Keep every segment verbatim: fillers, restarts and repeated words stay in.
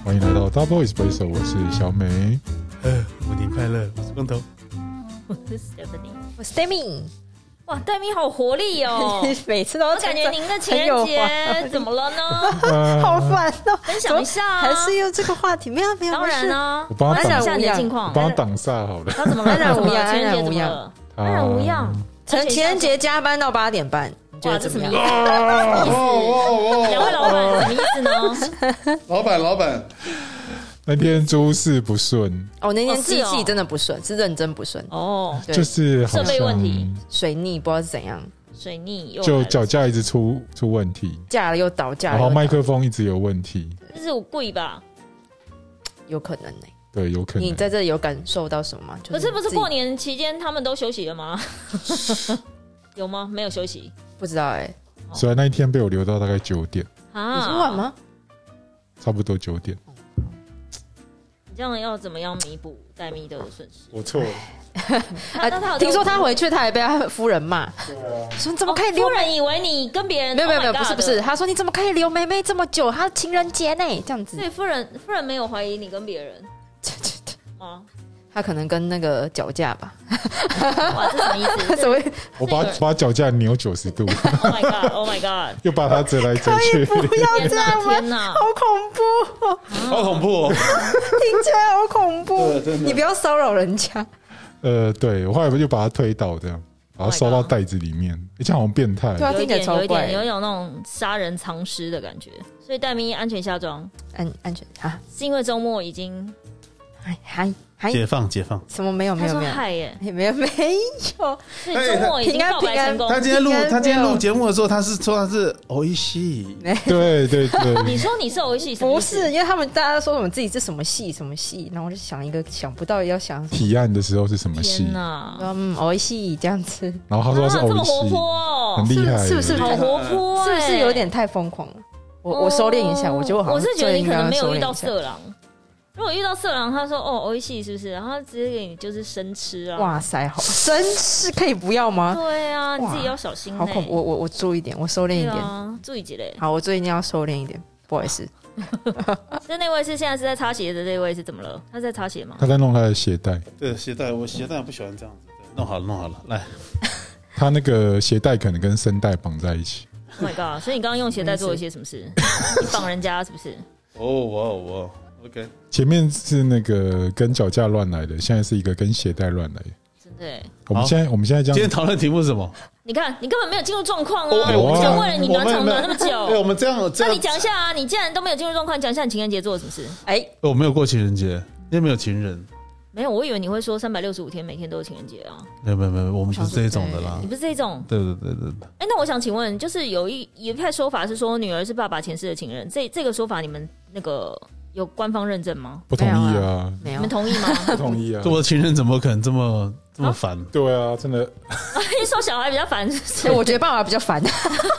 欢迎来到 Double Espresso， 我是小美。 呃，新年快乐，我是光头， 我是 Stephanie， 我是 Demi。 哇，戴咪好活力哦！ 每次都我感觉您的情人节怎么了呢？ 好烦哦！ 分享一下、啊， 还是用这个话题？没有没有， 当然啊， 我帮他挡一下你的近况， 我帮他挡煞好了。 他怎么了？ 安然无恙， 情人节怎么了？ 安然无恙。 情情人节加班到八点半，你觉得怎么样？ 两位老板什么意思呢？ 老板，老板， 那天诸事不顺哦，那天机器真的不顺，是认真不顺哦， 就是设备问题， 水逆不知道是怎样， 水逆又就脚架一直出出问题， 架了又倒，架了然后麦克风一直有问题， 这是我贵吧？ 有可能呢、欸。 对，有可能。 你在这里有感受到什么吗？ 可是不是过年期间他们都休息了吗？有吗？没有休息， 不知道哎、欸。 所以那一天被我留到大概九点啊？ 你说晚吗？ 差不多九点。 你这样要怎么样弥补戴咪的损失？ 我错了。 啊、听说他回去，他还被他夫人骂。对啊，说你怎么可以留？ 夫人以为你跟别人没有没有没有，不是不是，他说你怎么可以留妹妹这么久？他情人节呢，这样子。 对，夫人夫人没有怀疑你跟别人。 吗？他可能跟那个脚架吧。 哇，这什么意思？ 什么？ 我把把脚架扭九十度。 Oh my god! Oh my god! 又把它折来折去。 不要这样！ 天哪， 好恐怖、哦！ 好恐怖哦！ 听起来好恐怖。 真的， 你不要骚扰人家。 呃，对，我后来就把它推倒，这样把它收到袋子里面。哎、欸，这样好像变态。 对啊，听起来超怪， 有一点有一种那种杀人藏尸的感觉。所以戴咪安全下装， 安安全啊， 是因为周末已经。 还还还解放解放什么没有没有没有嗨耶没有没有， 所以周末已经告白成功。 他今天录他今天录节目的时候，他是说他是欧一系， 对对对。 你说你是欧一系， 不是？因为他们大家都说我们自己是什么系什么系，然后我就想一个想不到要想提案的时候是什么系？ 嗯，欧一系这样子。 然后他说是欧一系， 这么活泼哦， 很厉害， 是不是好活泼？ 是不是有点太疯狂了？我我收敛一下，我觉得我好像我是觉得你可能没有遇到色色狼。如果遇到色狼，他说哦，欧一系是不是？然后他直接给你就是生吃啊！ 哇塞，好生吃可以不要吗？ 对啊，你自己要小心、欸。 好恐怖！我我我注意一点，我收敛一点， 啊、注意几类。 好，我最近要收敛一点，不好意思。 那那位是现在是在擦鞋的，这位是怎么了？他在擦鞋吗？ 他在弄他的鞋带。 对，鞋带，我鞋带不喜欢这样子。弄好了，弄好了，来。 他那个鞋带可能跟声带绑在一起。 Oh my god！ 所以你刚刚用鞋带做了一些什么事？你绑人家是不是？ 哦，哇哦哇 ，OK。 前面是那个跟脚架乱来的，现在是一个跟鞋带乱来的。 真的耶。 我们现在我们现在这样。 今天讨论题目是什么？ 你看，你根本没有进入状况啊！ 哦、 我想问了你暖场暖那么久， 对，我们这样这样。 那你讲一下啊！你既然都没有进入状况，讲一下你情人节做了什么事？ 哎、欸， 我没有过情人节，因为没有情人。 没有，我以为你会说三百六十五天每天都有情人节啊。 没有没有没有，我们不是这一种的啦。 你不是这种？ 对对对对对。 哎、欸，那我想请问，就是有一有一派说法是说女儿是爸爸前世的情人，这这个说法你们那个有官方认证吗？ 不同意啊， 没有， 你们同意吗？ 不同意啊。 做我情人怎么可能这么这么烦、啊？ 对啊，真的。 你说小孩比较烦，是不是？ 我觉得爸爸比较烦。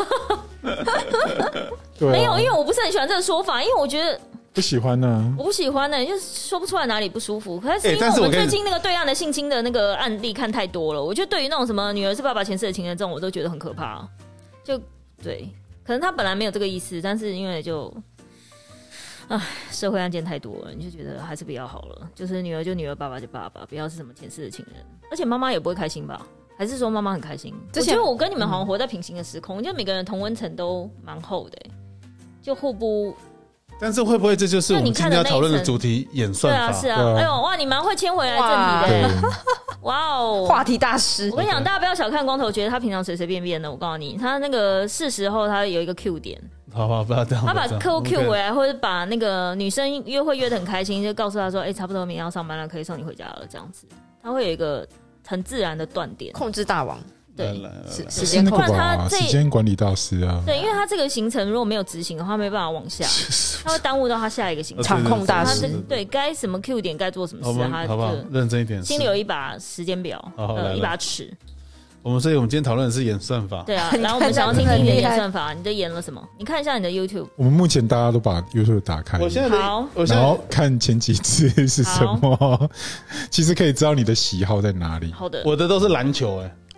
对、啊， 没有，因为我不是很喜欢这个说法，因为我觉得。 不喜欢呢、啊， 我不喜欢呢、欸，就是说不出来哪里不舒服。可是因为我们最近那个对岸的性侵的那个案例看太多了，我觉得对于那种什么女儿是爸爸前世的情人这种，我都觉得很可怕。就对，可能他本来没有这个意思，但是因为就，唉，社会案件太多了，你就觉得还是不要好了。就是女儿就女儿，爸爸就爸爸，不要是什么前世的情人。而且妈妈也不会开心吧？还是说妈妈很开心？我觉得我跟你们好像活在平行的时空，就每个人同温层都蛮厚的、欸，就互不。 但是会不会这就是我们今天要讨论的主题演算法？ 是啊，是啊。哎呦，哇，你蛮会牵回来正题的。哇哦， 话题大师。 我跟你讲，大家不要小看光头，觉得他平常随随便便的。我告诉你，他那个是时候他有一个 Q 点。 好吧，不要这样。 他把客户 Q 回来，或者把那个女生约会约得很开心，就告诉他说：“哎、欸，差不多明天要上班了，可以送你回家了。”这样子，他会有一个很自然的断点。 控制大王。 对， 时间控制吧，时间管理大师啊。 对，因为他这个行程如果没有执行的话，没办法往下，他会耽误到他下一个行程。 场控大师， 对，该什么 Q 点该做什么事，他好不好？认真一点， 心里有一把时间表，呃，一把尺。 我们所以我们今天讨论的是演算法。 对啊，然后我们想要听听你的演算法，你都演了什么？你看一下你的 YouTube。 我们目前大家都把 YouTube 打开， 我现在好， 然后看前几次是什么，其实可以知道你的喜好在哪里。 好的， 我的都是篮球哎、欸。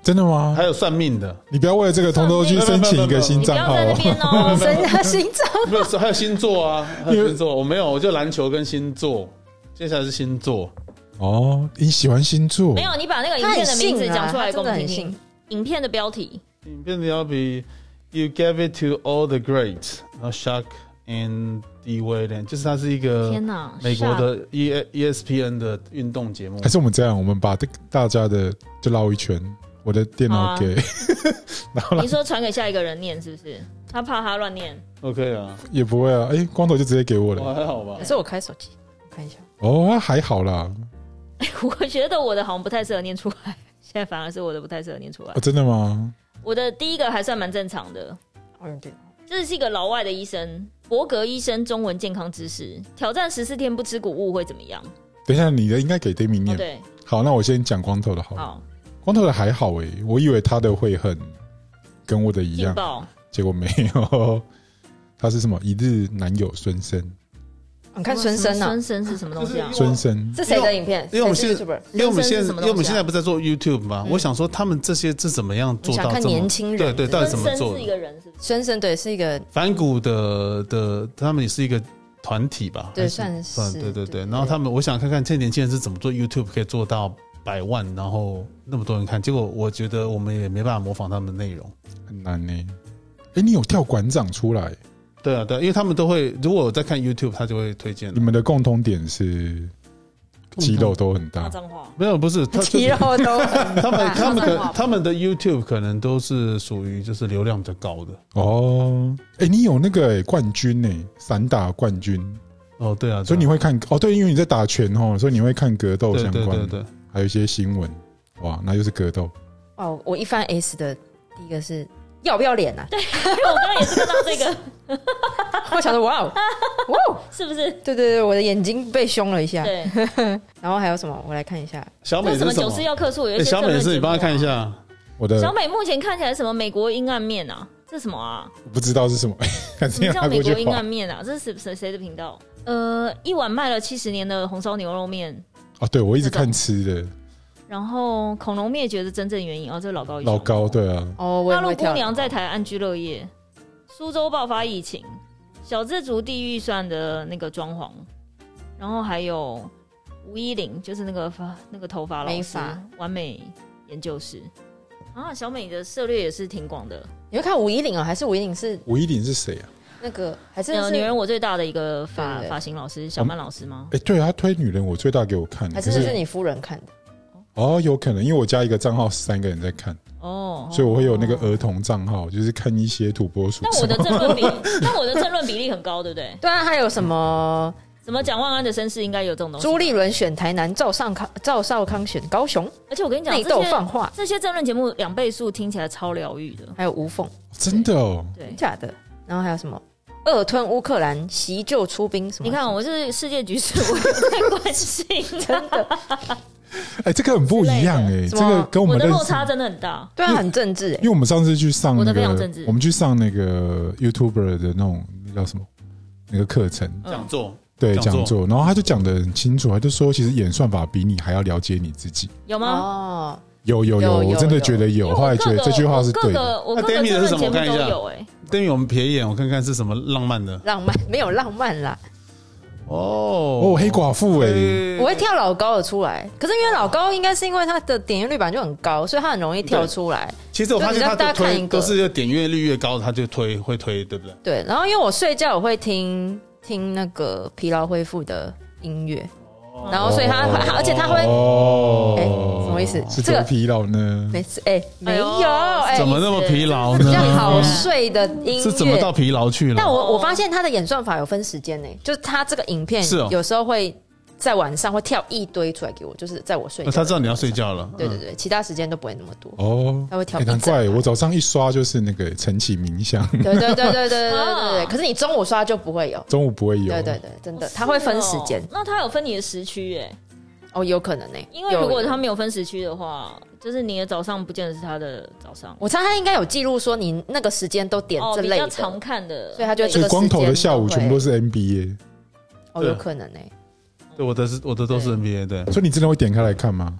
真的吗？ 还有算命的， 你不要为了这个通通去申请一个新账号哦。 申请新账号没有，还有星座啊，还有星座，我没有，我就篮球跟星座。接下来是星座。 哦，你喜欢星座？ 没有，你把那个影片的名字讲出来给我们听听。影片的标题， 影片的标题 ，You gave it to all the greats， 然后 Shaq and D Wade， 就是它是一个天哪， 美国的 E E S P N 的运动节目。 还是我们这样，我们把大家的就绕一圈，我的电脑给， 然后你说传给下一个人念是不是？他怕他乱念。 OK 啊， 也不会啊，哎、欸，光头就直接给我了， 我还好吧？ 可是我开手机，我看一下。 哦，还好啦。 我觉得我的好像不太适合念出来。现在反而是我的不太适合念出来、 哦、真的吗？ 我的第一个还算蛮正常的，这是一个老外的医生，伯格医生中文健康知识，挑战十四天不吃谷物会怎么样？ 等一下，你的应该给 Demi 念、哦。 对， 好，那我先讲光头的好了。 好， 光头的还好哎、欸，我以为他的会很跟我的一样，结果没有。他是什么？一日男友孙生。 你看孙生啊， 孙生是什么东西啊？ 孙生是谁的影片？ 因为我们现在，因为我们现在，因为我们现在不在做 YouTube 嘛、嗯，我想说他们这些是怎么样做到这么？ 想看年轻人， 对对，到底怎么做？ 孙生是一个人，是不是？ 孙生对，是一个反骨的的，他们也是一个团体吧？ 对，算是。 对对对，然后他们，我想看看这些年轻人是怎么做 YouTube 可以做到百万，然后那么多人看。结果我觉得我们也没办法模仿他们的内容， 很难呢、欸。哎、欸，你有跳馆长出来？ 对啊，对啊，因为他们都会，如果我在看 YouTube， 他就会推荐。 你们的共同点是肌肉都很大， 没有，不是肌肉都很大。 他们他们可他们的 YouTube 可能都是属于就是流量比较高的哦。哎、欸，你有那个、欸、冠军呢、欸，散打冠军哦，对啊， 所以你会看哦，对，因为你在打拳哦，所以你会看格斗相关的， 对对对对， 还有一些新闻，哇，那就是格斗。 哦，我一翻 S 的第一个是。要不要脸啊？ 对，因为我刚刚也是看到这个， 我想说哇哦，哇哦， 是不是？ 对对对，我的眼睛被凶了一下。 对， 然后还有什么？我来看一下。 小美是什么？ 九四要客诉有一些、啊欸、 小美是你帮他看一下。 我的小美目前看起来什么美国阴暗面啊？这是什么啊？ 我不知道是什么。 你叫美国阴暗面啊？这是谁谁的频道？呃，一碗卖了七十年的红烧牛肉面。 哦，对，我一直看吃的。 然后恐龙灭绝的真正原因哦，这是老高医生。 老高对啊。 哦， 大陆姑娘在台安居乐业，苏州爆发疫情，小资族低预算的那个装潢，然后还有吴依林，就是那个发那个头发老师，完美研究室啊。小美的涉猎也是挺广的。 你会看吴依林啊？还是吴依林是？ 吴依林是谁啊？ 那个还是女人我最大的一个发发型老师小曼老师吗？ 哎、欸，对啊，他推女人我最大给我看， 还是那是你夫人看的？ 哦，有可能，因为我加一个账号，三个人在看哦，所以我会有那个儿童账号，就是看一些土拨鼠。 但我的政论比，但我的政论比例很高，对不对？ 对啊，还有什么什么蒋万安的身世应该有这种东西。 朱立伦选台南，赵少康赵少康选高雄。 而且我跟你讲， 内斗放话， 这些政论节目两倍速听起来超疗愈的。 还有吴凤， 真的哦， 对， 假的。然后还有什么？恶吞乌克兰，袭救出兵什么？ 你看，我是世界局势，我有在关心， 真的。 哎、欸，这个很不一样哎、欸，这个跟我们我的落差真的很大。 对啊，很政治哎、欸。 因为我们上次去上那个，我们去上那个 YouTuber 的那种那叫什么那个课程讲座， 对讲座，然后他就讲得很清楚，他就说其实演算法比你还要了解你自己。 有吗？ 哦， 有有有，我真的觉得有，后来觉得这句话是对的。 我各个政论节目都有哎、欸。 Demi 我们瞥一眼，我看看是什么浪漫的。 浪漫没有浪漫啦。 哦哦，黑寡妇哎、欸， 我会跳老高的出来，可是因为老高应该是因为他的点阅率本来就很高，所以他很容易跳出来。 其实我发现他的推都是点阅率越高，他就推会推，对不对？ 对，然后因为我睡觉我会听听那个疲劳恢复的音乐。然后，所以他，而且他会， 哦， 哎，什么意思？ 是多疲劳呢？ 没事，哎，没有，哎， 怎么那么疲劳呢？ 比较好睡的音乐是怎么到疲劳去了？ 但我我发现他的演算法有分时间呢，就是他这个影片有时候会在晚上会跳一堆出来给我，就是在我睡觉。 他知道你要睡觉了， 对对对，其他时间都不会那么多哦。 他会跳， 难怪我早上一刷就是那个晨起冥想。 对对对对对对对对。可是你中午刷就不会有， 中午不会有。 对对对，真的，他会分时间。 那他有分你的时区哎？ 哦，有可能呢、欸， 因为如果他没有分时区的话，就是你的早上不见得是他的早上。 我猜他应该有记录说你那个时间都点这类的， 哦、比较常看的， 所以他就所以光头的下午全部都是 N B A。 哦，有可能呢、欸。 对，我的是我的都是 N B A， 对。 所以你真的会点开来看吗？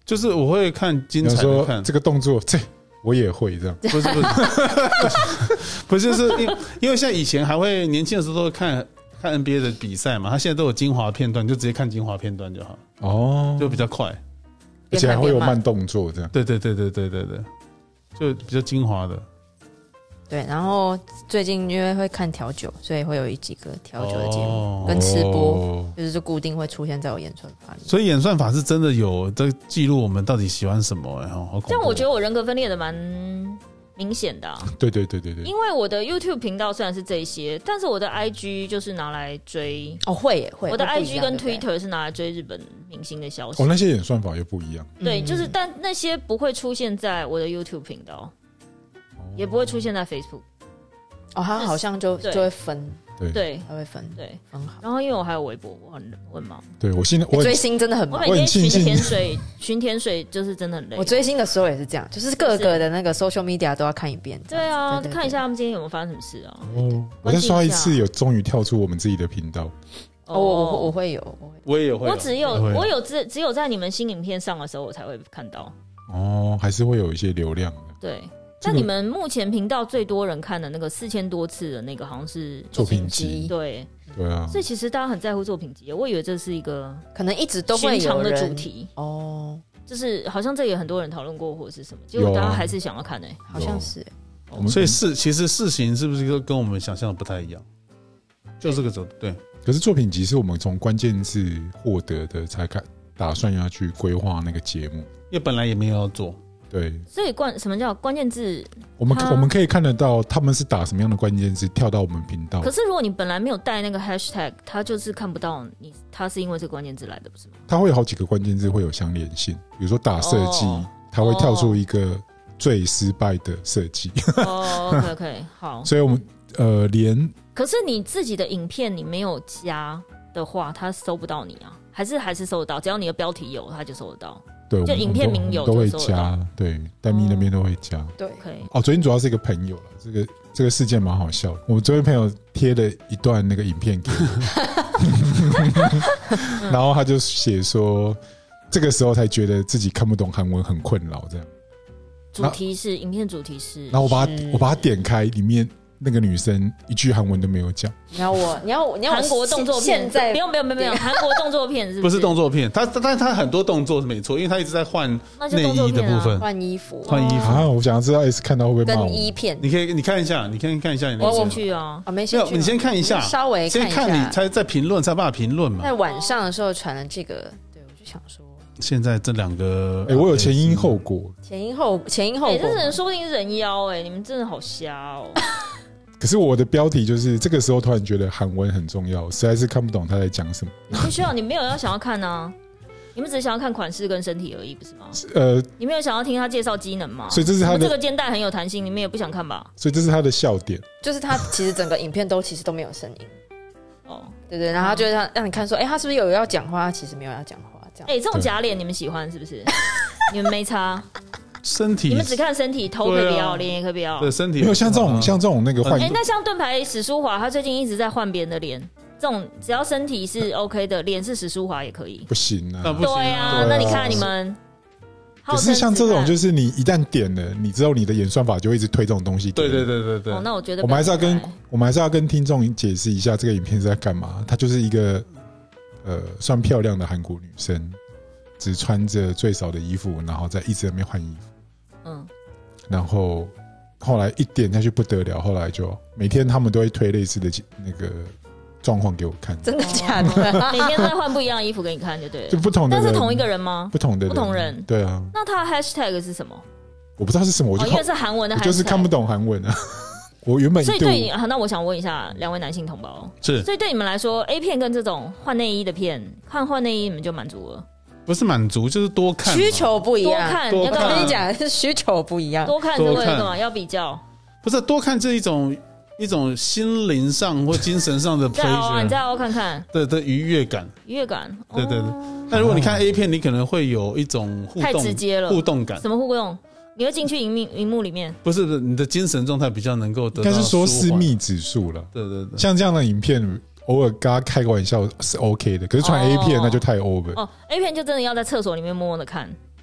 就是我会看精彩的看这个动作，这我也会这样。 不是不是，不是就是因因为像以前还会年轻的时候都会看看 N B A 的比赛嘛，他现在都有精华片段，就直接看精华片段就好。哦，就比较快， 而且还会有慢动作这样。 对对对对对对对，就比较精华的。 对，然后最近因为会看调酒，所以会有一几个调酒的节目、哦、跟吃播、哦，就是就固定会出现在我演算法里。 所以演算法是真的有在记录我们到底喜欢什么、欸，好恐怖。 这样我觉得我人格分裂的蛮明显的、啊。 对对对对对。 因为我的 YouTube 频道虽然是这些，但是我的 I G 就是拿来追哦，会也会。 我的 I G 跟 Twitter 是拿来追日本明星的消息。 哦，那些演算法又不一样。 对，就是但那些不会出现在我的 YouTube 频道，也不会出现在 Facebook。 哦，他好像就就会分， 对对， 他会分对分好。 然后因为我还有微博，我很我很忙。 对我现在我追星真的很忙， 我每天巡甜水，巡甜水就是真的很累。 我追星的时候也是这样，就是各个的那个 social media 都要看一遍。 对啊，对对对，看一下他们今天有没有发生什么事啊？ 哦，我再刷一次，有终于跳出我们自己的频道。 哦，我我我会有，我会我也有会有， 我只有我有只只有在你们新影片上的时候，我才会看到。 哦，还是会有一些流量的。 对。那你们目前频道最多人看的那个四千多次的那个，好像是作品集， 对对啊。 所以其实大家很在乎作品集，我以为这是一个可能一直都会有的主题哦，就是好像这也很多人讨论过或者是什么，结果大家还是想要看诶、欸， 好像是、 欸。所以事其实事情是不是跟我们想象的不太一样？就这个走对。 可是作品集是我们从关键字获得的，才开打算要去规划那个节目， 因为本来也没有要做。 对， 所以关什么叫关键字？ 我们我们可以看得到他们是打什么样的关键字跳到我们频道。 可是如果你本来没有带那个 hashtag， 他就是看不到你，他是因为这个关键字来的，不是吗？ 他会有好几个关键字会有相连性，比如说打设计，他、哦、会跳出一个最失败的设计。 哦 ，OK OK， 好。 所以我们呃连， 可是你自己的影片你没有加的话，他搜不到你啊？还是还是搜得到？只要你的标题有，他就搜得到。 对， 就影片名有都会加，对，戴咪那边都会加， 对，可以。 哦，昨天主要是一个朋友了，这个这个事件蛮好笑的。我昨天朋友贴了一段那个影片给我，然后他就写说，这个时候才觉得自己看不懂韩文，很困扰这样。 主题是影片主题是， 然后我把它我把它点开，里面那个女生一句韩文都没有讲。 你要我，你要你要韩国动作片， 现在不用不用不用不用，韩国动作片是不是？ 不是动作片，他但他很多动作是没错，因为他一直在换内衣的部分， 换衣服， 换衣服啊！我想要知道 S 看到会不会骂我？ 更衣片， 你可以你看一下，你看看一下， 我进去啊， 啊没兴趣， 你先看一下， 稍微先看你才在评论，才办法评论嘛。 在晚上的时候传了这个，对我就想说， 现在这两个， 哎，我有前因后果， 前因后前因后果， 哎，这人说不定是人妖，哎，你们真的好瞎哦。 可是我的标题就是这个时候突然觉得韩文很重要，实在是看不懂他在讲什么。 你不需要，你没有要想要看啊，你们只是想要看款式跟身体而已，不是吗？ 呃， 你没有想要听他介绍机能吗？ 所以这是他的这个肩带很有弹性，你们也不想看吧？ 所以这是他的笑点， 就是他其实整个影片都其实都没有声音。哦，对对，然后他就让让你看说，哎、欸，他是不是有要讲话？他其实没有要讲话，这样。 哎、欸，这种假脸你们喜欢是不是？你们没差。 身体， 你们只看身体，头可以不要，脸、啊、也可以不要。 对，身体没有像这种像这种那个换。 哎、欸，那像盾牌史书华，他最近一直在换别人的脸，这种只要身体是 OK 的，脸是史书华也可以。 不行啊！ 那不行啊对啊，那你看你们。 可是像这种，就是你一旦点了，你知道你的演算法就会一直推这种东西给你。 对对对对对。 哦，那我觉得我们还是要跟我们还是要跟听众解释一下，这个影片是在干嘛？它就是一个呃算漂亮的韩国女生，只穿着最少的衣服，然后在一直在那边换衣服。嗯，然后后来一点下去不得了，后来就每天他们都会推类似的那个状况给我看。 真的假的？ 每天都在换不一样的衣服给你看，就对了。 就不同的人， 但是同一个人吗？ 不同的人， 不同人。 对啊。 那他的 hashtag 是什么？ 我不知道是什么，我就、 哦、因为是韩文的 hashtag， 我就是看不懂韩文啊。我原本所以对，好，那我想问一下两位男性同胞， 是， 所以对你们来说 ，A 片跟这种换内衣的片，看换内衣你们就满足了？ 不是满足，就是多看， 需求不一样。 多看， 多看我跟你讲，是需求不一样。 多看是为了干嘛？要比较。 不是多看这一种一种心灵上或精神上的 pleasure， 你再熬看看， 对的愉悦感， 愉悦感。 对对对。但如果你看 A 片，你可能会有一种互动， 太直接了， 互动感。 什么互动？你会进去荧幕荧幕里面？ 不是不是，你的精神状态比较能够得到。 应该是说私密指数了。 对对对。 像这样的影片，偶尔跟他开个玩笑是 OK 的，可是传 A 片那就太 over。 哦 ，A 片就真的要在厕所里面默默的看。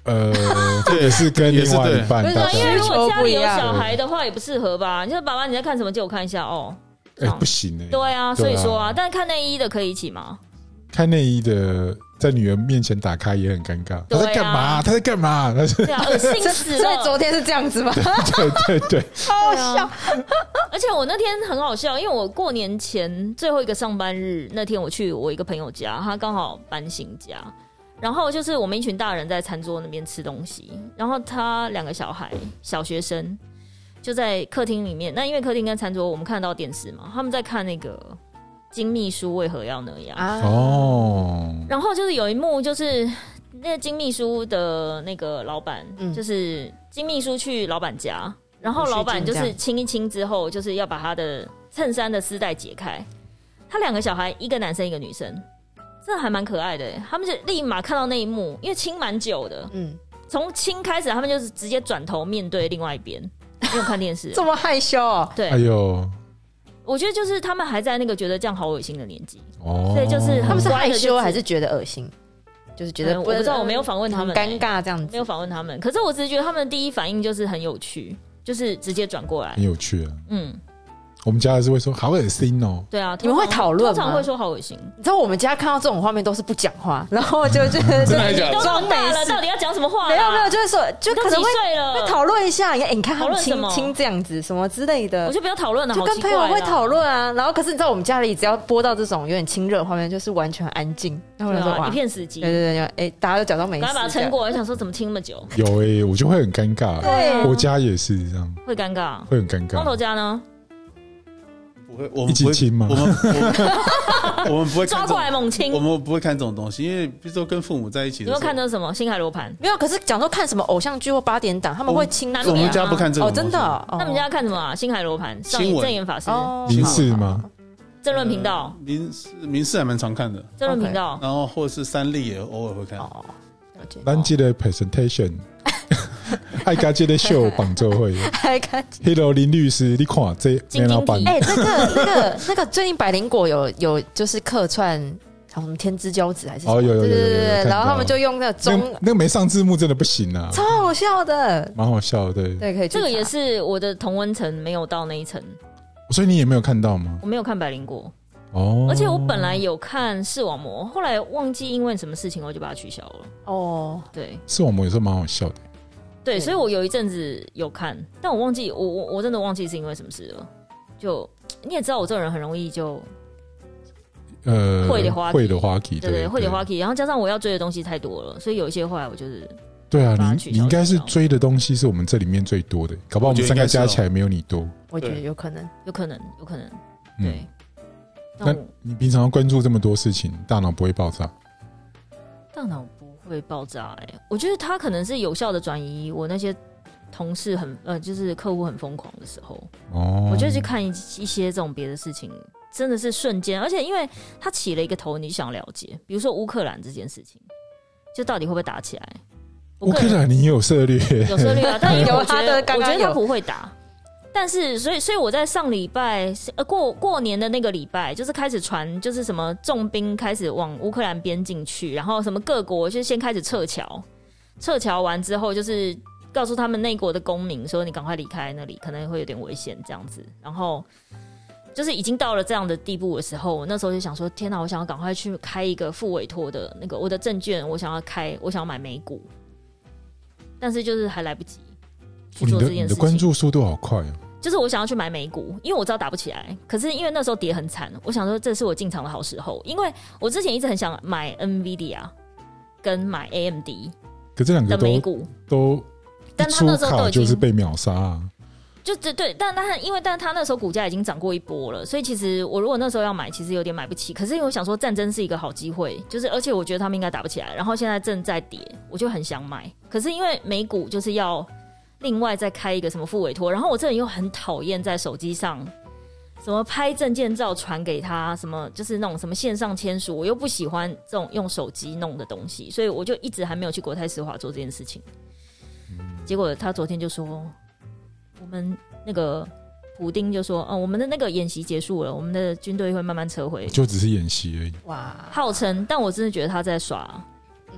呃，这也是跟另外一半， 不是啊，因为如果家里有小孩的话，也不适合吧？你说爸爸你在看什么？借我看一下哦。 哎、欸，不行哎、欸。 对啊，所以说啊，但是看内衣的可以一起吗？ 看内衣的在女儿面前打开也很尴尬。他在干嘛？他在干嘛？他是对啊，恶心死了。 所以昨天是这样子吗？ 对对对对， 好好笑。 而且我那天很好笑，因为我过年前最后一个上班日那天，我去我一个朋友家，他刚好搬新家。然后就是我们一群大人在餐桌那边吃东西，然后他两个小孩小学生就在客厅里面。那因为客厅跟餐桌我们看得到电视嘛，他们在看那个金秘书为何要那样哦。然后就是有一幕，就是那个金秘书的那个老板，嗯、就是金秘书去老板家，然后老板就是亲一亲之后，就是要把他的衬衫的丝带解开。他两个小孩，一个男生一个女生。真的还蛮可爱的，他们就立马看到那一幕，因为亲蛮久的，嗯，从亲开始，他们就是直接转头面对另外一边，没有看电视， 这么害羞、哦， 对， 哎呦， 我觉得就是他们还在那个觉得这样好恶心的年纪，哦，所以就是他们是害羞还是觉得恶心？就是觉得、嗯、 我不知道，我没有访问他们、 欸，尴尬这样子， 没有访问他们，可是我只是觉得他们的第一反应就是很有趣，就是直接转过来， 很有趣啊，嗯。我们家还是会说好恶心哦。 对啊， 你们会讨论吗？ 通常会说好恶心。 你知道我们家看到这种画面都是不讲话，然后就就就装没事，到底要讲什么话？ 没有没有，就是说就可能会会讨论一下，哎，你看他们亲亲这样子什么之类的， 我就不要讨论了， 就跟朋友会讨论啊。然后可是你知道我们家里只要播到这种有点亲热的画面，就是完全安静，然后说一片死寂。 对对对，哎，大家都假装没事， 赶快把它撑过。我想说怎么亲那么久？ 有哎，我就会很尴尬。对，我家也是这样， 会尴尬， 会很尴尬。 光头家呢？ 不会，我们一起亲吗？ 我们我们不会抓过来猛亲， 我们不会看这种东西，因为比如说跟父母在一起的时候， 你会看到什么？星海罗盘没有？可是讲说看什么偶像剧或八点档，他们会亲男女。 我们家不看这种哦，真的。 那你们家看什么啊？星海罗盘、上演正言法师、 民视吗？ 政论频道， 民视民视还蛮常看的。 政论频道， 然后或者是三立也偶尔会看。哦， 了解。咱这个 presentation。爱家这个秀绑奏会， 爱家。 Hello 林律师，你看这梅老板， 哎，那个那个那个最近百灵果有有就是客串什么天之骄子还是什么？ 哦有有有有，对对对， 然后他们就用那个中那个没上字幕真的不行啊， 超好笑的， 蛮好笑的，对对可以。 这个也是我的同温层没有到那一层， 所以你也没有看到吗？ 我没有看百灵果。哦，而且我本来有看视网膜，后来忘记因为什么事情我就把它取消了。哦，对， 视网膜有时候蛮好笑的。 对，所以我有一阵子有看，但我忘记我我我真的忘记是因为什么事了。就你也知道，我这个人很容易就呃会的花会的花期， 对对会的花期，然后加上我要追的东西太多了，所以有一些后来我就是对啊，你你应该是追的东西是我们这里面最多的，搞不好我们三个加起来没有你多。 我觉得有可能， 有可能，有可能。对， 那你平常关注这么多事情，大脑不会爆炸？ 大脑不会爆炸哎、欸，我觉得他可能是有效的转移我那些同事很呃，就是客户很疯狂的时候，哦，我就去看一一些这种别的事情，真的是瞬间，而且因为他起了一个头，你想了解，比如说乌克兰这件事情，就到底会不会打起来？ 乌克兰你有涉猎， 有涉猎啊，但因为我觉得刚刚我觉得他不会打。但是，所以，所以我在上礼拜，呃，过过年的那个礼拜，就是开始传，就是什么重兵开始往乌克兰边境去，然后什么各国就先开始撤侨，撤侨完之后，就是告诉他们内国的公民说，你赶快离开那里，可能会有点危险这样子。然后，就是已经到了这样的地步的时候，我那时候就想说，天哪，我想要赶快去开一个副委托的那个我的证券，我想要开，我想要买美股，但是就是还来不及。去做这件事情， 你的关注速度好快哦！ 就是我想要去买美股，因为我知道打不起来。可是因为那时候跌很惨，我想说这是我进场的好时候。因为我之前一直很想买 NVIDIA 跟买 A M D， 可这两个的美股都， 但他那时候都已经就是被秒杀啊。 就对对，但但因为但他那时候股价已经涨过一波了，所以其实我如果那时候要买，其实有点买不起。可是因为我想说战争是一个好机会，就是而且我觉得他们应该打不起来，然后现在正在跌，我就很想买。可是因为美股就是要另外再开一个什么副委托，然后我这人又很讨厌在手机上什么拍证件照传给他，什么就是那种什么线上签署，我又不喜欢这种用手机弄的东西，所以我就一直还没有去国泰世华做这件事情。结果他昨天就说，我们那个普丁就说，哦，我们的那个演习结束了，我们的军队会慢慢撤回， 就只是演习而已。 哇，号称，但我真的觉得他在耍。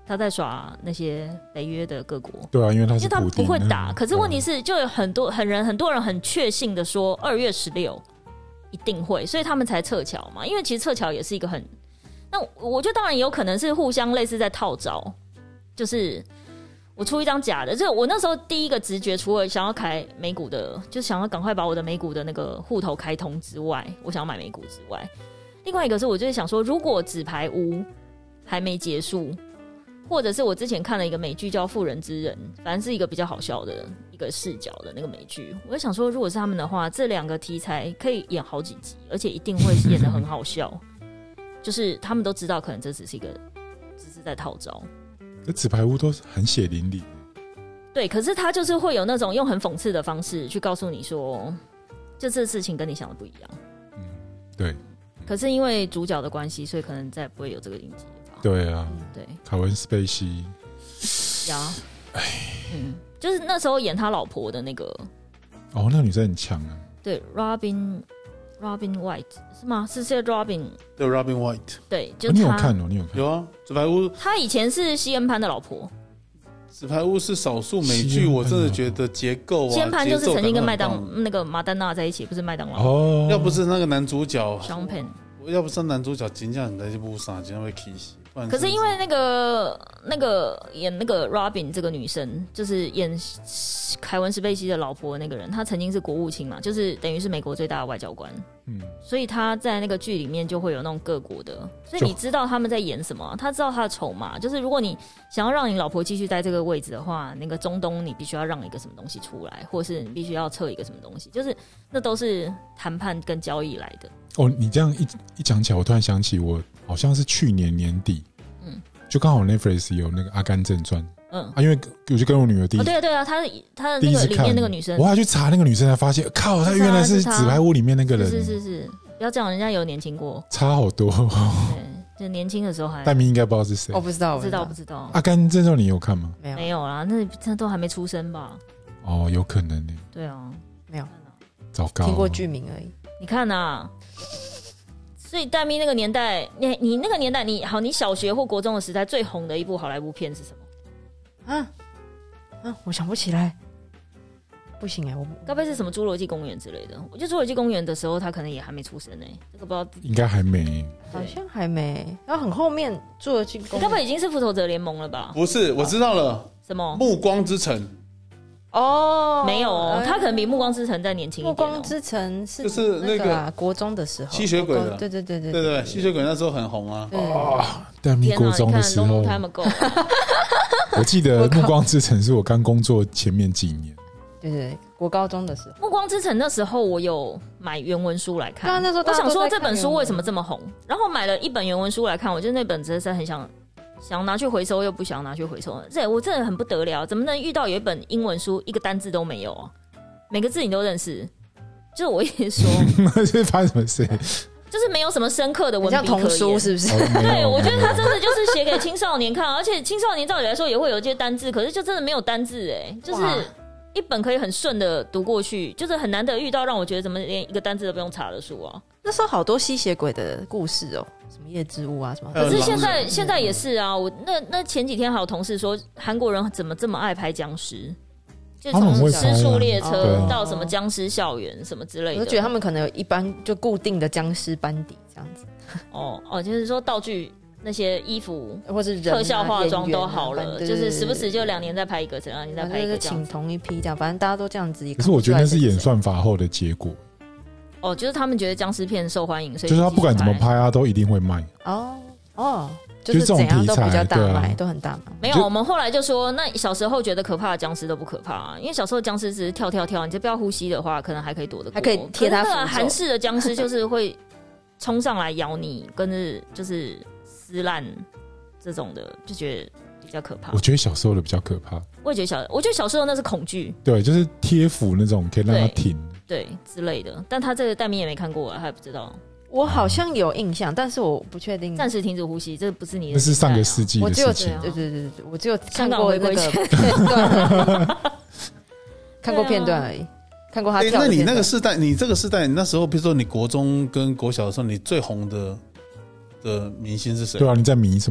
他在耍那些北约的各国。 对啊，因为他是因为他不会打，可是问题是，就有很多很人很多人很确信的说二月十六一定会，所以他们才撤侨嘛。因为其实撤侨也是一个很，那我觉得当然有可能是互相类似在套招，就是我出一张假的，就是我那时候第一个直觉，除了想要开美股的，就想要赶快把我的美股的那个户头开通之外，我想要买美股之外，另外一个是我就是想说，如果纸牌屋还没结束。或者是我之前看了一个美剧叫《妇人之仁》，反正是一个比较好笑的一个视角的那个美剧。我就想说，如果是他们的话，这两个题材可以演好几集，而且一定会演得很好笑。就是他们都知道，可能这只是一个，只是在套招。 这纸牌屋都很血淋淋。 对，可是他就是会有那种用很讽刺的方式去告诉你说，就这事情跟你想的不一样。 嗯，对。 可是因为主角的关系，所以可能再不会有这个影集。 对啊， 嗯、对， 凯文·斯贝西呀，哎，嗯，就是那时候演他老婆的那个， 哦，那个女生很强啊。 对 ，Robin Robin White 是吗？是是 Robin， 对 ，Robin White， 对，就、 哦、你有看哦，你有看？ 有啊，纸牌屋， 他以前是西恩潘的老婆。 纸牌屋是少数美剧，我真的觉得结构啊， 西恩潘就是曾经跟麦当那个马丹娜在一起，不是麦当劳哦，要不是那个男主角 Sean Penn。 要不是男主角真正在这部上真的会气死， 可是因为那个那个演那个 Robin 这个女生，就是演凯文·史贝西的老婆的那个人，她曾经是国务卿嘛，就是等于是美国最大的外交官。嗯，所以她在那个剧里面就会有那种各国的，所以你知道他们在演什么，他知道他的筹码，就是如果你想要让你老婆继续在这个位置的话，那个中东你必须要让一个什么东西出来，或是你必须要撤一个什么东西，就是那都是谈判跟交易来的。 哦，你这样一一讲起来，我突然想起，我好像是去年年底，嗯，就刚好 Netflix 有那个《阿甘正传》，嗯啊，因为我就跟我女儿第一， 哦，对啊对啊，她她的那个里面那个女生， 我还去查那个女生，才发现，靠，她原来是纸牌屋里面那个人， 是是是，不要这样，人家有年轻过， 差好多， 对，就年轻的时候还， 戴明应该不知道是谁， 我不知道， 不知道不知道， 阿甘正传你有看吗？ 没有没有啦，那那都还没出生吧？ 哦，有可能呢， 对啊， 没有， 糟糕， 听过剧名而已， 你看啊。所以戴咪那个年代，你你那个年代，你好，你小学或国中的时代最红的一部好莱坞片是什么？ 啊啊，我想不起来，不行哎、欸，我该不会是什么《侏罗纪公园》之类的？我觉得《侏罗纪公园》的时候，他可能也还没出生呢、欸，这个不知道， 应该还没， 好像还没，然后很后面《侏罗纪公园》， 该不会已经是复仇者联盟了吧？ 不是，我知道了， 什么？ 暮光之城。 哦，没有哦，他可能比《暮光之城》再年轻一点、哦。 暮光之城是就是那个、 啊、国中的时候， 吸血鬼的， 对对对对对对，吸血鬼那时候很红啊。 哦，在咪国中的时候，我记得《暮光之城》是我刚工作前面几年。 对对对，国高中的时候，《 暮光之城》那时候我有买原文书来看， 对啊，那时候我想说这本书为什么这么红，然后买了一本原文书来看，我觉得那本真的是很想。想拿去回收又不想拿去回收，这我真的很不得了，怎么能遇到有一本英文书一个单字都没有啊？每个字你都认识，就是我也说， 是发生什么事？ 就是没有什么深刻的文笔可言， 像童书是不是？ 对，我觉得它真的就是写给青少年看，而且青少年照理来说也会有一些单字，可是就真的没有单字哎，就是一本可以很顺的读过去，就是很难得遇到让我觉得怎么连一个单字都不用查的书啊。 那时候好多吸血鬼的故事哦，什么夜之屋啊什么。 可是现在现在也是啊，我那那前几天还有同事说，韩国人怎么这么爱拍僵尸？就从失速列车到什么僵尸校园什么之类的， 我就觉得他们可能有一般就固定的僵尸班底这样子。 哦哦，就是说道具那些衣服或是特效化妆都好了，就是时不时就两年再拍一个，两年再拍一个， 请同一批这样，反正大家都这样子。 可是我觉得那是演算法后的结果。 哦，就是他们觉得僵尸片受欢迎，所以就是他不管怎么拍啊，都一定会卖。 哦哦，就是怎样都比较大卖，都很大卖。 没有，我们后来就说，那小时候觉得可怕的僵尸都不可怕啊，因为小时候僵尸只是跳跳跳，你就不要呼吸的话，可能还可以躲得过， 还可以贴他符咒。 那个韩式的僵尸就是会冲上来咬你，跟着就是撕烂这种的，就觉得比较可怕。 我觉得小时候的比较可怕。 我也觉得小，我觉得小时候那是恐惧， 对，就是贴符那种可以让他停。 对之类的，但他这个戴明也没看过，他也不知道。 我好像有印象，但是我不确定。 暂时停止呼吸，这不是你的、啊。 那是上个世纪的事情。 对对对对，我只有看过那个片段，看过片段而已，看过他跳的片段。 那你那个世代，你这个世代，你那时候，比如说你国中跟国小的时候，你最红的的明星是谁？ 对啊，你在迷什么？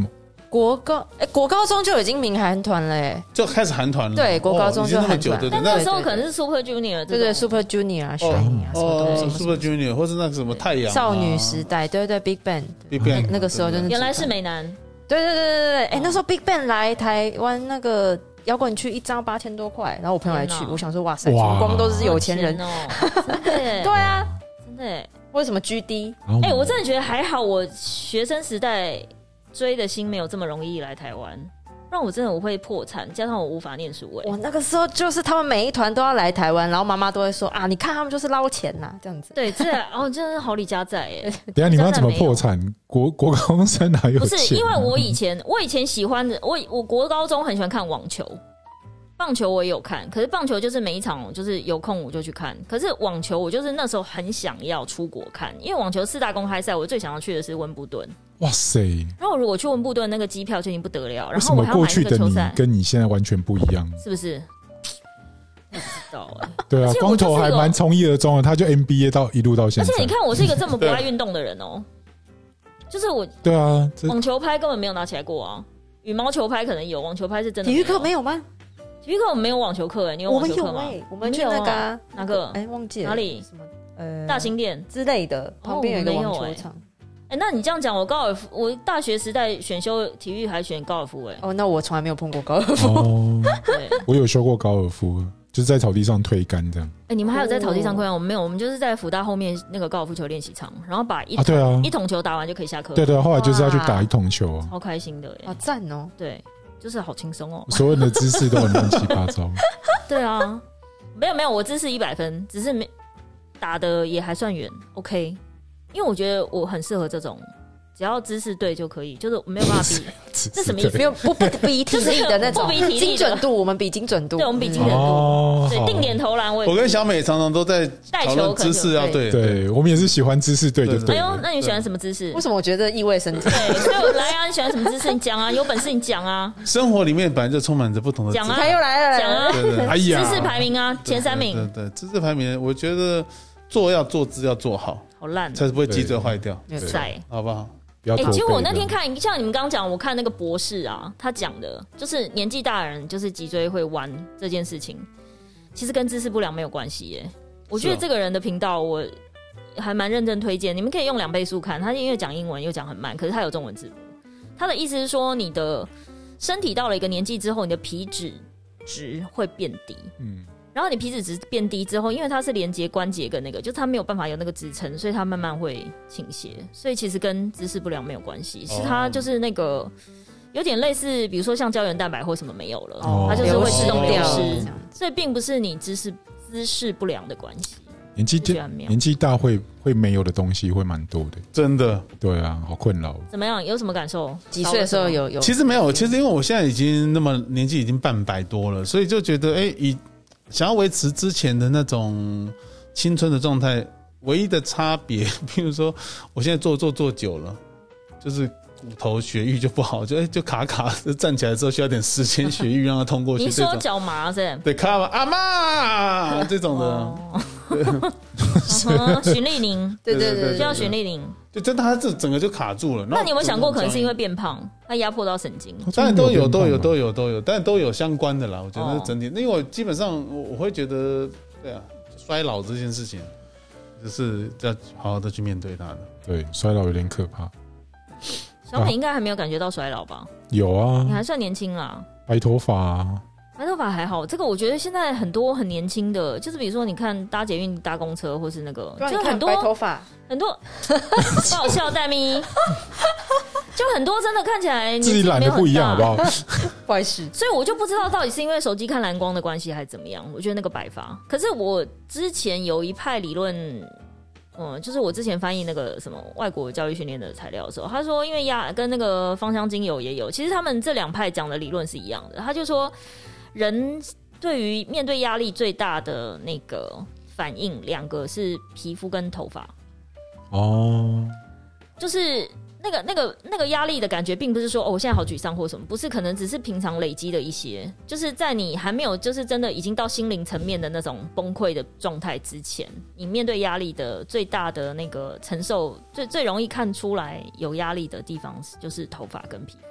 国高哎、欸，国高中就已经名韩团了、欸， 就开始韩团了。 对，国高中就韩团、 哦， 但那个时候可能是 Super Junior， 对对 ，Super Junior 啊 ，Shiny 啊，什么东西、 哦、，Super Junior 或是那个什么太阳、啊、 少女时代，对对 ，Big Bang，Big Bang， 那, 那个时候就是原来是美男， 对对对对对，哎、欸，那时候 Big Bang 来台湾那个摇滚区一张八千多块，然后我朋友来去，我想说哇塞，全光都是有钱人哦，真的耶， 对啊， 真的耶， 为什么 G D？ 哎、欸，我真的觉得还好，我学生时代追的星没有这么容易来台湾。不然我真的我会破产，加上我无法念书哎、欸。 我那个时候就是他们每一团都要来台湾，然后妈妈都会说啊，你看他们就是捞钱呐、啊，这样子。 对，这哦真的是好李家在哎。 等一下你妈怎么破产？国国高中生哪有钱、啊？ 不是，因为我以前我以前喜欢的，我我国高中很喜欢看网球，棒球我也有看，可是棒球就是每一场就是有空我就去看，可是网球我就是那时候很想要出国看，因为网球四大公开赛我最想要去的是温布顿。 哇塞！ 然后如果去温布顿，那个机票就已经不得了，然后我还要买那个球赛。为什么过去的你跟你现在完全不一样？ 是不是？不知道哎、欸。 对啊，光头还蛮从一而终的，他就 N B A 到一路到现在。 而且你看，我是一个这么不爱运动的人哦、喔，就是我。 对啊， 网球拍根本没有拿起来过啊，羽毛球拍可能有，网球拍是真的。 体育课没有吗？ 体育课我们没有网球课哎、欸，你有网球课吗？ 我们有哎、欸，我们去那个、啊、 哪个？ 哎、欸，忘记了哪里？ 什么？呃， 大兴店之类的，旁边有一个网球场。 哎、欸，那你这样讲，我高尔夫，我大学时代选修体育还选高尔夫哎、欸。 哦，那我从来没有碰过高尔夫。 哦，对，我有修过高尔夫，就是在草地上推杆这样。 哎、欸，你们还有在草地上推杆？我们没有，我们就是在辅大后面那个高尔夫球练习场，然后把一啊，对啊， 一桶球打完就可以下课。 对对，后来就是要去打一桶球啊， 超开心的哎、 欸，好赞哦！ 对，就是好轻松哦， 所有的姿势都很乱七八糟。 对啊，没有没有，我姿势一百分，只是没打的也还算远 ，OK。因为我觉得我很适合这种，只要姿势对就可以，就是没有办法比。这什么意思？ 没有不不比体力的那种， 不比体力精准度，我们比精准度。 对，我们比精准度。哦、对，定点投篮我也。 我跟小美常常都在讨论姿势要对。 对，我们也是喜欢姿势对就对。 哎呦，那你喜欢什么姿势？ 为什么我觉得意味深长？ 对，所以我来啊，你喜欢什么姿势？你讲啊，有本事你讲啊。 生活里面本来就充满着不同的姿势。 讲啊， 他又来了， 讲啊， 对对， 哎呀， 姿势排名啊，前三名。 对对，姿势排名，我觉得做要做姿要做好， 好烂， 才不会急着坏掉。 对， 好不好？ 哎、欸， 其实我那天看，像你们刚刚讲，我看那个博士啊，他讲的就是年纪大的人就是脊椎会弯这件事情，其实跟姿势不良没有关系耶。我觉得这个人的频道我还蛮认真推荐，你们可以用两倍速看，他因为讲英文又讲很慢，可是他有中文字幕。他的意思是说，你的身体到了一个年纪之后，你的皮脂值会变低，嗯。然后你皮脂值变低之后，因为它是连接关节跟那个，就它没有办法有那个支撑，所以它慢慢会倾斜。所以其实跟姿势不良没有关系，是它就是那个有点类似，比如说像胶原蛋白或什么没有了，哦、它就是会自动流失。所以并不是你姿势姿势不良的关系。 年纪年纪大会会没有的东西会蛮多的， 真的。 对啊，好困扰。 怎么样？有什么感受？ 几岁的时候有有？ 其实没有，其实因为我现在已经那么年纪已经半百多了，所以就觉得哎，以想要维持之前的那种青春的状态，唯一的差别，比如说我现在坐坐坐久了，就是骨头血液就不好，就、欸、就卡卡，就站起来之后需要点时间血液让它通过去。 你说脚麻是？ 对，卡阿妈这种的。 哦循利宁， 对对对， 需要循利宁。 就真的，它这整个就卡住了。 那你有没有想过，可能是因为变胖，它压迫到神经？ 当然都有，都有，都有，都有，但都有相关的啦。我觉得是整体，因为我基本上我我会觉得，对啊，衰老这件事情，就是要好好的去面对它的。 对，衰老有点可怕。 小美应该还没有感觉到衰老吧？ 有啊， 你还算年轻啦， 白头发啊。 白头发还好，这个我觉得现在很多很年轻的，就是比如说你看搭捷运、搭公车，或是那个，就很多白头发， 很多不好笑，戴咪，就很多真的看起来自己染的不一样，好不好？ 不好意思， 所以我就不知道到底是因为手机看蓝光的关系还是怎么样。我觉得那个白发，可是我之前有一派理论。嗯，就是我之前翻译那个什么外国教育训练的材料的时候，他说，因为压跟那个芳香精油也有，其实他们这两派讲的理论是一样的。他就说，人对于面对压力最大的那个反应，两个是皮肤跟头发。哦，就是那个那个那个压力的感觉，并不是说哦，我现在好沮丧或什么，不是，可能只是平常累积的一些，就是在你还没有就是真的已经到心灵层面的那种崩溃的状态之前，你面对压力的最大的那个承受，最最容易看出来有压力的地方就是头发跟皮肤。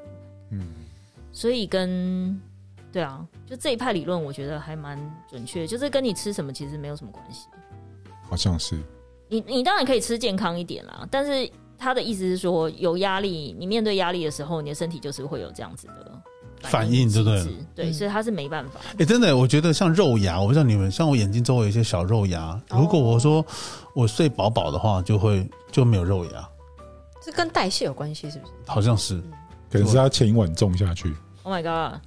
嗯，所以跟对啊，就这一派理论，我觉得还蛮准确，就是跟你吃什么其实没有什么关系。 好像是。 你你当然可以吃健康一点啦，但是他的意思是说，有压力，你面对压力的时候，你的身体就是会有这样子的反应，对不对？ 对，所以他是没办法。 哎、欸，真的，我觉得像肉芽，我不知道你们，像我眼睛周围有一些小肉芽，哦、如果我说我睡饱饱的话，就会就没有肉芽。 这跟代谢有关系，是不是？ 好像是，嗯、 可能是他前一晚种下去。 Oh my god！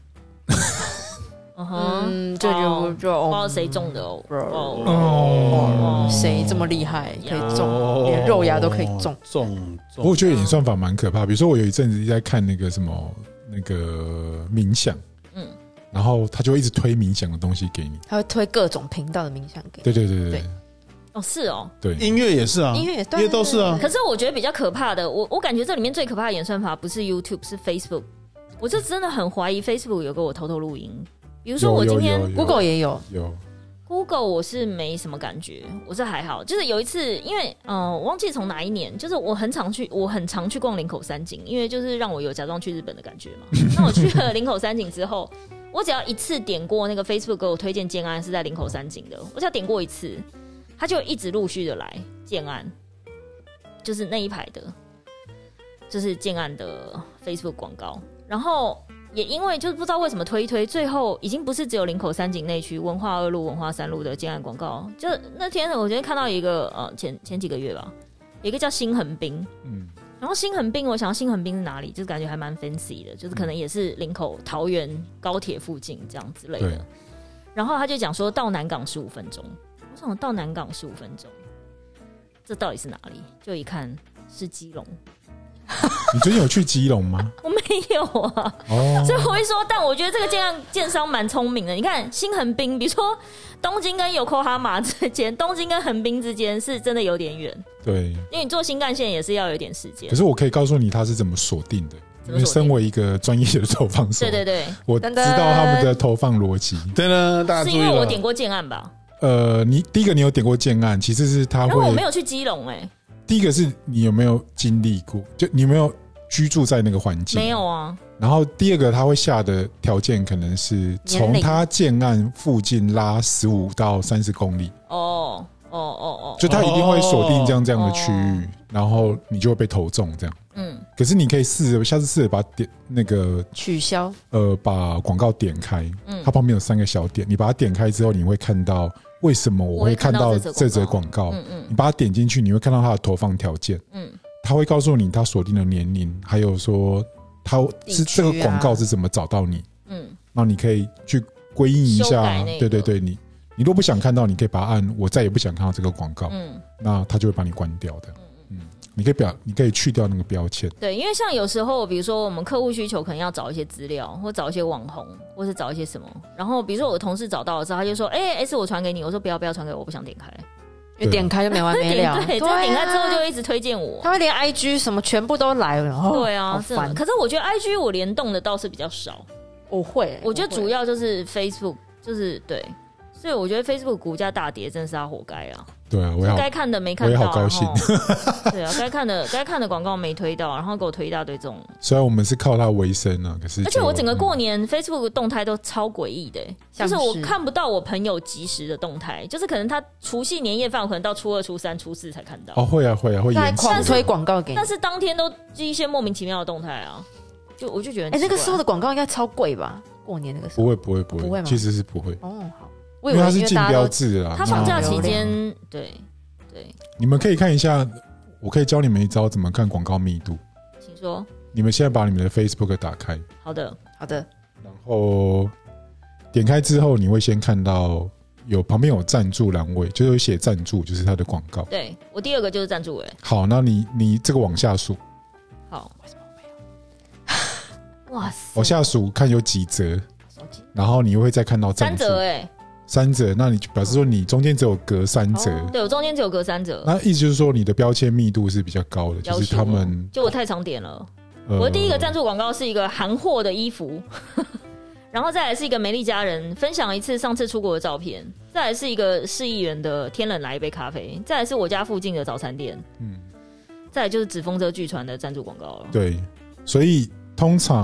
嗯，这就就不知道谁种的哦。 哦，谁这么厉害，可以种，连肉芽都可以种种。 不过我觉得演算法蛮可怕。比如说，我有一阵子在看那个什么那个冥想，嗯，然后他就会一直推冥想的东西给你， 他会推各种频道的冥想给你。 对对对对对。 哦，是哦， 对， 音乐也是啊， 音乐也音乐都是啊。 可是我觉得比较可怕的，我我感觉这里面最可怕的演算法不是 YouTube， 是 Facebook。我就真的很怀疑 Facebook 有给我偷偷录音。比如说我今天 Google 也有有 Google 我是没什么感觉，我是还好。就是有一次，因为嗯、呃，我忘记从哪一年，就是我很常去，我很常去逛林口三井，因为就是让我有假装去日本的感觉嘛。那我去了林口三井之后，我只要一次点过那个 Facebook 给我推荐建案是在林口三井的，我只要点过一次，他就一直陆续的来建案，就是那一排的，就是建案的 Facebook 广告，然后。也因为就是不知道为什么推一推，最后已经不是只有林口三井内区、文化二路、文化三路的建案广告。就那天我觉得看到一个呃前前几个月吧，有一个叫新横滨，嗯，然后新横滨，我想要新横滨是哪里？就是感觉还蛮 fancy 的，就是可能也是林口桃园高铁附近这样之类的。然后他就讲说到南港十五分钟，我想到南港十五分钟，这到底是哪里？就一看是基隆。 你最近有去基隆吗？ 我没有啊，哦、所以我会说，但我觉得这个建案建商蛮聪明的。你看新横滨，比如说东京跟Yokohama之间，东京跟横滨之间是真的有点远。 对， 因为你坐新干线也是要有点时间。 可是我可以告诉你，他是怎么锁定的。因为身为一个专业的投放手， 对对对， 我知道他们的投放逻辑。 对呢，大家注意了， 是因为我点过建案吧？ 呃，你第一个你有点过建案，其次是他会， 然后我没有去基隆哎、欸。 第一个是你有没有经历过，就你有没有居住在那个环境？ 没有啊。 然后第二个他会下的条件可能是从他建案附近拉十五到三十公里。 哦哦哦哦， 就他一定会锁定这样这样的区域，哦、然后你就会被投中这样。嗯。可是你可以试着，下次试着把点那个取消， 呃，把广告点开。嗯。它旁边有三个小点，你把它点开之后，你会看到。为什么我会看到这则广告？嗯嗯，你把它点进去，你会看到它的投放条件。嗯，它会告诉你它锁定的年龄，还有说它是这个广告是怎么找到你。嗯，然后你可以去归因一下。对对对，你你如果不想看到，你可以把它按我再也不想看到这个广告。嗯，那它就会把你关掉的。嗯，你可以表，你可以去掉那个标签。 对，因为像有时候，比如说我们客户需求可能要找一些资料，或找一些网红，或是找一些什么。然后比如说我的同事找到了之后，他就说：“哎、欸、，S 我传给你。”我说：“不要不要传给我，我不想点开。” 因为点开就没完没了。 对，对啊、点开之后就会一直推荐我。 他会连 I G 什么全部都来了。哦、 对啊，是。可是我觉得 I G 我联动的倒是比较少。 我会， 我觉得主要就是 Facebook， 就是对。所以我觉得 Facebook 股价大跌，真的是他活该啊！ 对啊，我也该看的没看到， 我也好高兴。 对啊，该看的该看的广告没推到，然后给我推一大堆这种。 虽然我们是靠它为生啊，可是而且我整个过年、嗯、Facebook 的动态都超诡异的、欸，就是我看不到我朋友即时的动态，就是可能他除夕年夜饭，我可能到初二、初三、初四才看到。 哦，会啊，会啊，会延迟。 狂推广告给你， 但是当天都一些莫名其妙的动态啊，就我就觉得， 哎、欸，那个时候的广告应该超贵吧？过年那个时候不会，不会，不会， 不会吗？ 其实是不会。 哦，好。 因为它是竞标制啊， 它放假期间，对对。 你们可以看一下，我可以教你们一招怎么看广告密度。 请说。 你们现在把你们的 Facebook 打开。 好的， 好的。 然后点开之后，你会先看到有旁边有赞助栏位，就是有写赞助，就是它的广告。 对，我第二个就是赞助哎。 好，那你你这个往下数。 好，为什么没有？哇塞！ 往下数看有几折。然后你会再看到赞助三折哎、欸， 三折，那你就表示说你中间只有隔三折、哦， 对我中间只有隔三折， 那意思就是说你的标签密度是比较高的，就是他们就我太常点了。呃、我的第一个赞助广告是一个韩货的衣服，然后再来是一个美丽佳人分享一次上次出国的照片，再来是一个市议员的天冷来一杯咖啡，再来是我家附近的早餐店，嗯，再来就是纸风车巨船的赞助广告了。 对，所以通常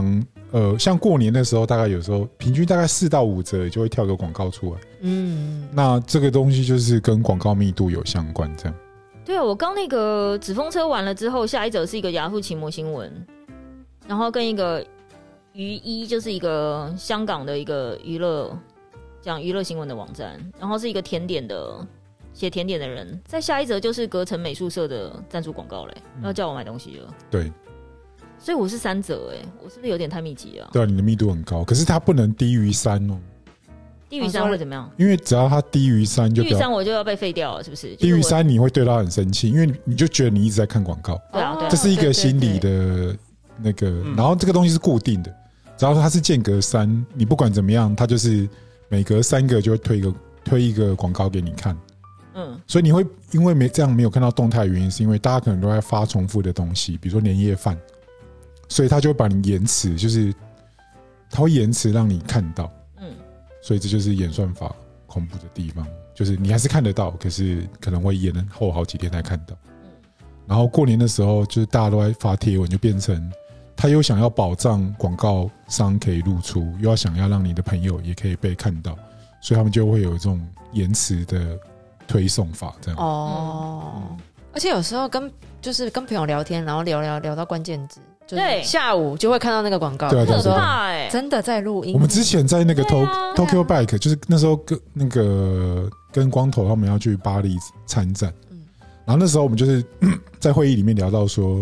呃，像过年的时候，大概有时候平均大概四到五折就会跳个广告出来。嗯，那这个东西就是跟广告密度有相关，这样。 对啊，我刚那个纸风车完了之后，下一则是一个雅虎奇摩新闻，然后跟一个娱一，就是一个香港的一个娱乐讲娱乐新闻的网站，然后是一个甜点的写甜点的人，在下一则就是格城美术社的赞助广告嘞，要叫我买东西了。 对。 所以我是三折哎、欸，我是不是有点太密集了？ 对啊，你的密度很高，可是它不能低于三哦。 低于三会怎么样？ 因为只要它低于三，就低于三我就要被废掉了，是不是？ 低于三你会对它很生气，因为你就觉得你一直在看广告。 对啊，对啊， 这是一个心理的那个，然后这个东西是固定的，只要它是间隔三，你不管怎么样，它就是每隔三个就会推一个推一个广告给你看。嗯，所以你会因为没这样没有看到动态的原因，是因为大家可能都在发重复的东西，比如说年夜饭。所以他就会把你延迟，就是他会延迟让你看到，嗯，所以这就是演算法恐怖的地方，就是你还是看得到，可是可能会延后好几天才看到。然后过年的时候，就是大家都在发贴文，就变成他又想要保障广告商可以露出，又要想要让你的朋友也可以被看到，所以他们就会有这种延迟的推送法，这样。 哦，嗯、而且有时候跟就是跟朋友聊天，然后聊聊聊到关键字。对，下午就会看到那个广告， 对啊，对对对， 真的在录音。 我们之前在那个 Tokyo Bike， 就是那时候跟那个跟光头他们要去巴黎参展，嗯，然后那时候我们就是在会议里面聊到说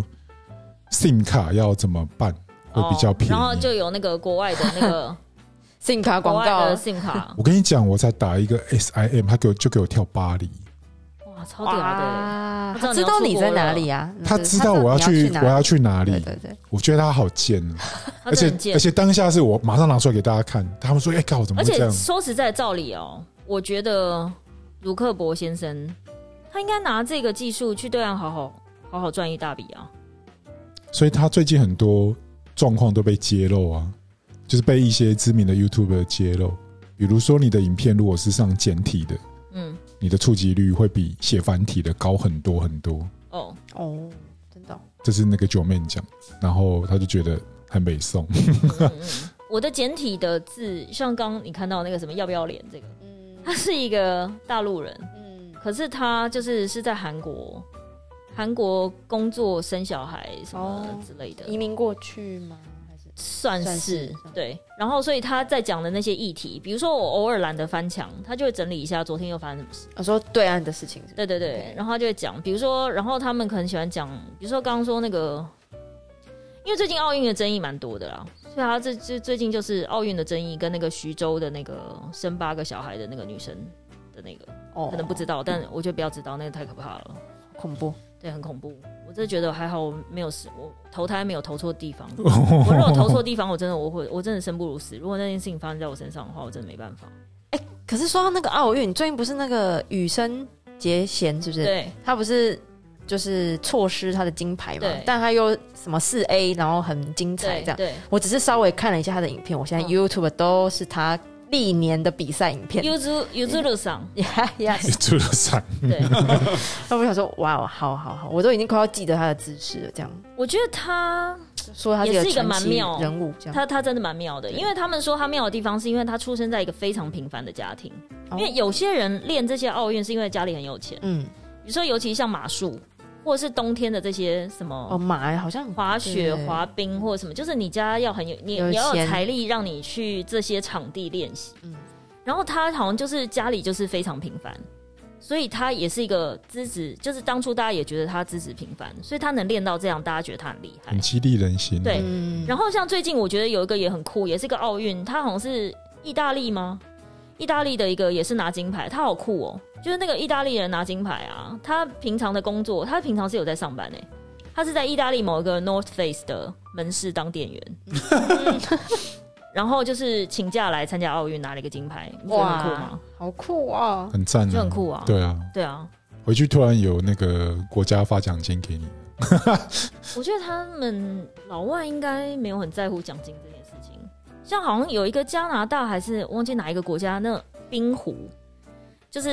，SIM 卡要怎么办会比较便宜， 然后就有那个国外的那个 SIM 卡广告 ，SIM 卡。 我跟你讲，我才打一个 S I M， 他给我就给我跳巴黎。 哇，超屌的！ 他知道你在哪里啊？ 他知道我要去，我要去哪里？ 对对对， 我觉得他好贱哦，而且而且当下是我马上拿出来给大家看，他们说：“哎，靠，怎么会这样？” 而且说实在，照理哦，我觉得卢克伯先生他应该拿这个技术去对岸好好好好赚一大笔啊。 所以他最近很多状况都被揭露啊，就是被一些知名的 YouTuber 揭露，比如说你的影片如果是上简体的，嗯。你的触及率会比写繁体的高很多很多。 哦哦，真的、哦， 这是那个九妹讲，然后他就觉得很美颂。 嗯嗯嗯我的简体的字，像刚你看到那个什么要不要脸这个，嗯，他是一个大陆人，嗯，可是他就是是在韩国，韩国工作生小孩什么之类的， 移民过去吗？ 算是, 算是对，然后所以他在讲的那些议题，比如说我偶尔懒得翻墙，他就会整理一下昨天又发生什么事。 我说对岸的事情是不是， 对对对， okay. 然后他就会讲，比如说，然后他们可能喜欢讲，比如说刚刚说那个，因为最近奥运的争议蛮多的啦，所以他这这最近就是奥运的争议跟那个徐州的那个生八个小孩的那个女生的那个，哦，可能不知道，但我觉得不要知道，那个太可怕了， 恐怖。 对，很恐怖。我真的觉得还好，我没有死，我投胎没有投错地方。我如果投错地方，我真的我会，我真的生不如死。如果那件事情发生在我身上的话，我真的没办法。 哎、欸，可是说到那个奥运，最近不是那个羽生结弦，是不是？ 对， 他不是就是错失他的金牌嘛？但他又什么四 A， 然后很精彩这样。 对， 我只是稍微看了一下他的影片，我现在 YouTube 都是他历年的比赛影片。 YouTube YouTube 上 ，YouTube 上， 对。 那我想说，哇，好好好，我都已经快要记得他的姿势了。这样， 我觉得他说他也是一个蛮妙人物，这样他他真的蛮妙的。因为他们说他妙的地方，是因为他出生在一个非常平凡的家庭。因为有些人练这些奥运是因为家里很有钱，嗯，比如说尤其像马术。或者是冬天的这些什么哦，马好像滑雪、滑冰或者什么，就是你家要很有你你要有财力让你去这些场地练习。嗯，然后他好像就是家里就是非常平凡，所以他也是一个资质，就是当初大家也觉得他资质平凡，所以他能练到这样，大家觉得他很厉害， 很激励人心。 对，嗯、然后像最近我觉得有一个也很酷，也是一个奥运，他好像是意大利吗？意大利的一个也是拿金牌，他好酷哦。就是那个意大利人拿金牌啊，他平常的工作，他平常是有在上班诶、欸，他是在意大利某一个 North Face 的门市当店员，然后就是请假来参加奥运，拿了一个金牌，你觉得很酷吗？ 好酷啊， 很赞、啊， 就很酷啊， 对啊， 对啊， 回去突然有那个国家发奖金给你， 我觉得他们老外应该没有很在乎奖金这件事情，像好像有一个加拿大还是忘记哪一个国家，那冰壶。就是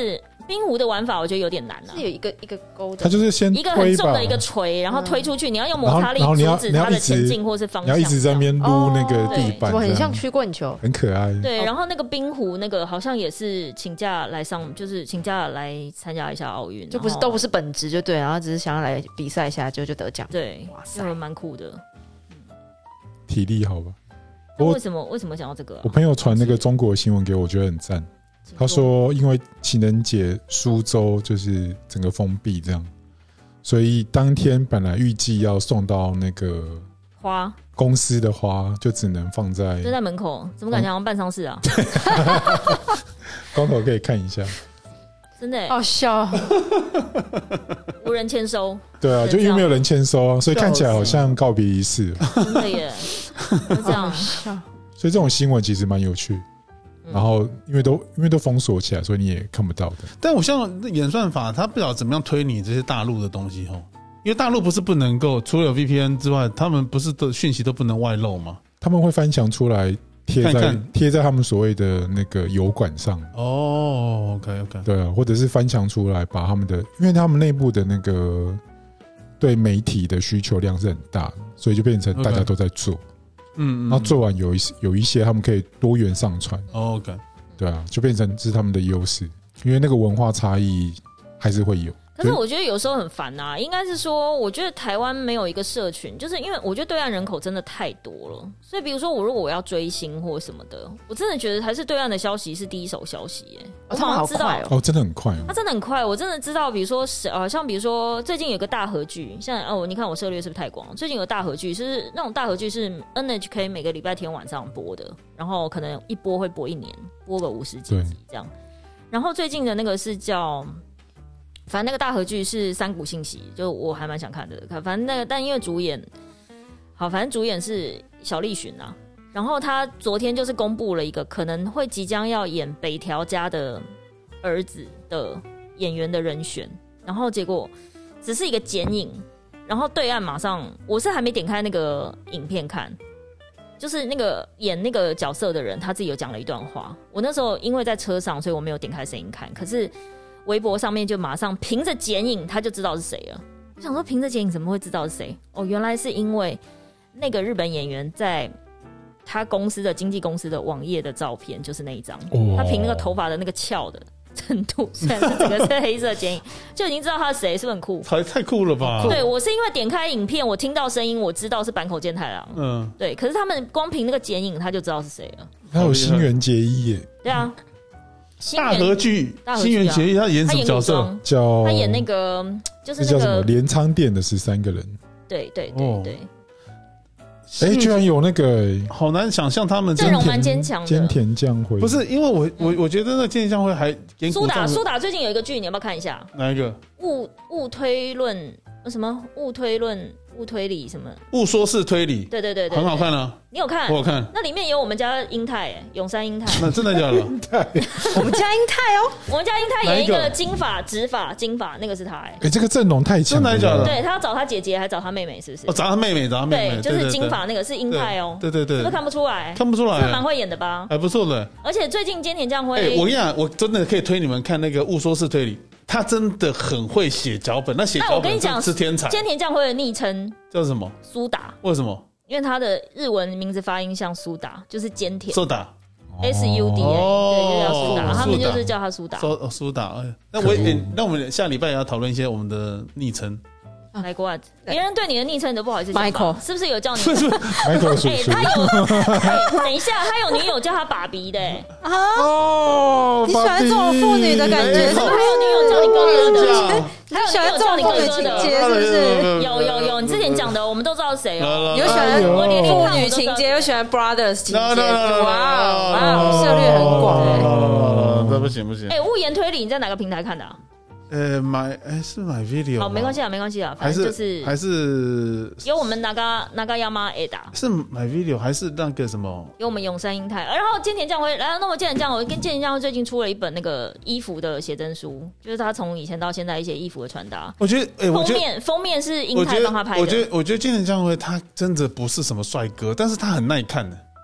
冰壶的玩法我觉得有点难啊， 是有一个一个钩的， 它就是先一个很重的一个锤，然后推出去，你要用摩擦力阻止它的前进或是方向， 你要一直在那边撸那个地板， 很像曲棍球， 很可爱。 对，然后那个冰壶那个好像也是请假来上，就是请假来参加一下奥运， 就不是都不是本职就对，然后只是想要来比赛一下就就得奖， 对，哇塞，蛮酷的。 体力好吧？ 为什么为什么想要这个、啊？ 我朋友传那个中国新闻给我，我觉得很赞。他说，因为情人节苏州就是整个封闭这样，所以当天本来预计要送到那个花公司的花，就只能放在就在门口，怎么感觉好像办丧事啊？ 光头可以看一下， 真的好笑， 无人签收。 对啊，就因为没有人签收啊，所以看起来好像告别仪式。 真的耶，就这样。 所以这种新闻其实蛮有趣。然后因为都因为都封锁起来，所以你也看不到的。 但我像演算法，它不晓得怎么样推你这些大陆的东西哦，因为大陆不是不能够，除了有 V P N 之外，他们不是的讯息都不能外漏吗？ 他们会翻墙出来贴在贴在他们所谓的那个油管上。 哦 ，OK OK， 对啊，或者是翻墙出来把他们的，因为他们内部的那个对媒体的需求量是很大的，所以就变成大家都在做。Okay.嗯，然后做完有一有一些他们可以多元上传、 oh, ，OK， 对啊，就变成是他们的优势，因为那个文化差异还是会有。 可是我觉得有时候很烦啊，应该是说，我觉得台湾没有一个社群，就是因为我觉得对岸人口真的太多了，所以比如说我如果我要追星或什么的，我真的觉得还是对岸的消息是第一手消息耶、欸。我他们好快哦，真的很快哦， 他真的很快，我真的知道，比如说呃，像比如说最近有个大河剧，像哦，你看我涉猎是不是太广？最近有大河剧，是那种大河剧是 N H K 每个礼拜天晚上播的，然后可能一播会播一年，播个五十几集这样。然后最近的那个是叫。反正那个大河剧是三股信息，就我还蛮想看的。反正那个，但因为主演，好，反正主演是小栗旬啊。然后他昨天就是公布了一个可能会即将要演北条家的儿子的演员的人选，然后结果只是一个剪影，然后对岸马上，我是还没点开那个影片看，就是那个演那个角色的人他自己有讲了一段话。我那时候因为在车上，所以我没有点开声音看，可是。微博上面就马上凭着剪影他就知道是谁了。我想说凭着剪影怎么会知道是谁？哦，原来是因为那个日本演员在他公司的经纪公司的网页的照片就是那一张、哦、他凭那个头发的那个翘的程度，虽然是整个是黑色剪影就已经知道他是谁，是不是很酷？ 太太酷了吧？ 对，我是因为点开影片我听到声音我知道是坂口健太郎，嗯，对，可是他们光凭那个剪影他就知道是谁了。 还有新垣结衣耶， 对啊， 大河剧，新垣结衣他演什么角色？ 叫他演那个就是那个叫什么镰仓店的十三个人。 对对对对。 哎、欸，居然有那个、欸， 好难想象他们阵容蛮坚强的。 菅田将晖不是因为我我我觉得那菅田将晖还苏打苏打最近有一个剧，你要不要看一下？ 哪一个？ 误误推论什么？误推论误推理什么？ 误说式推理。 对对 对, 对， 很好看啊！ 你有看？ 我有看。 那里面有我们家英泰、欸，永山英泰。 那真的假的？ 我们家英泰哦， 我们家英泰演一个金发直发金发，那个是他哎、欸。 哎、欸，这个阵容太强了， 真的假的？ 对他要找他姐姐，还找他妹妹，是不是？ 哦，找他妹妹，找他妹妹， 对，就是金发那个是英泰哦。 对对对， 是不是看不出来？ 看不出来， 蛮会演的吧？ 还不错的。 而且最近菅田将晖， 哎、欸，我跟你讲，我真的可以推你们看那个误说式推理。他真的很会写脚本，那写脚本是天才。 菅田将晖的昵称叫什么？ 苏打。 为什么？ 因为他的日文名字发音像苏打，就是菅田。 苏打 ，S U D A，、哦、对，就叫苏打。他们就是叫他苏打。 苏苏打，哎，那我也，那我们下礼拜也要讨论一些我们的昵称。 来过，别人对你的昵称你都不好意思讲 ，Michael 是不是有叫你 ？Michael 叔叔， 他有、欸，等一下，他有女友叫他爸比的、欸， 啊，哦，你喜欢这种妇女的感觉？ 他有女友叫你哥哥的， 他喜欢这种妇女情节，是不是？ 有有有，你之前讲的我们都知道谁哦。 有喜欢妇女情节，又喜欢 brothers 情节，哇哇，涉猎很广哎。 这不行不行。 哎，误言推理你在哪个平台看的啊？ 呃，买哎是买 video， 好，没关系啊，没关系啊，反正就是还是有我们那个那个亚麻 A 打， 是买 video 还是那个什么？ 有我们永山英泰，然后菅田将晖，然后那么菅田将晖跟菅田将晖最近出了一本那个衣服的写真书，就是他从以前到现在一些衣服的穿搭。 我觉得，哎、欸， 封面封面是英泰帮他拍的。 我觉得，我觉得菅田将晖他真的不是什么帅哥，但是他很耐看的。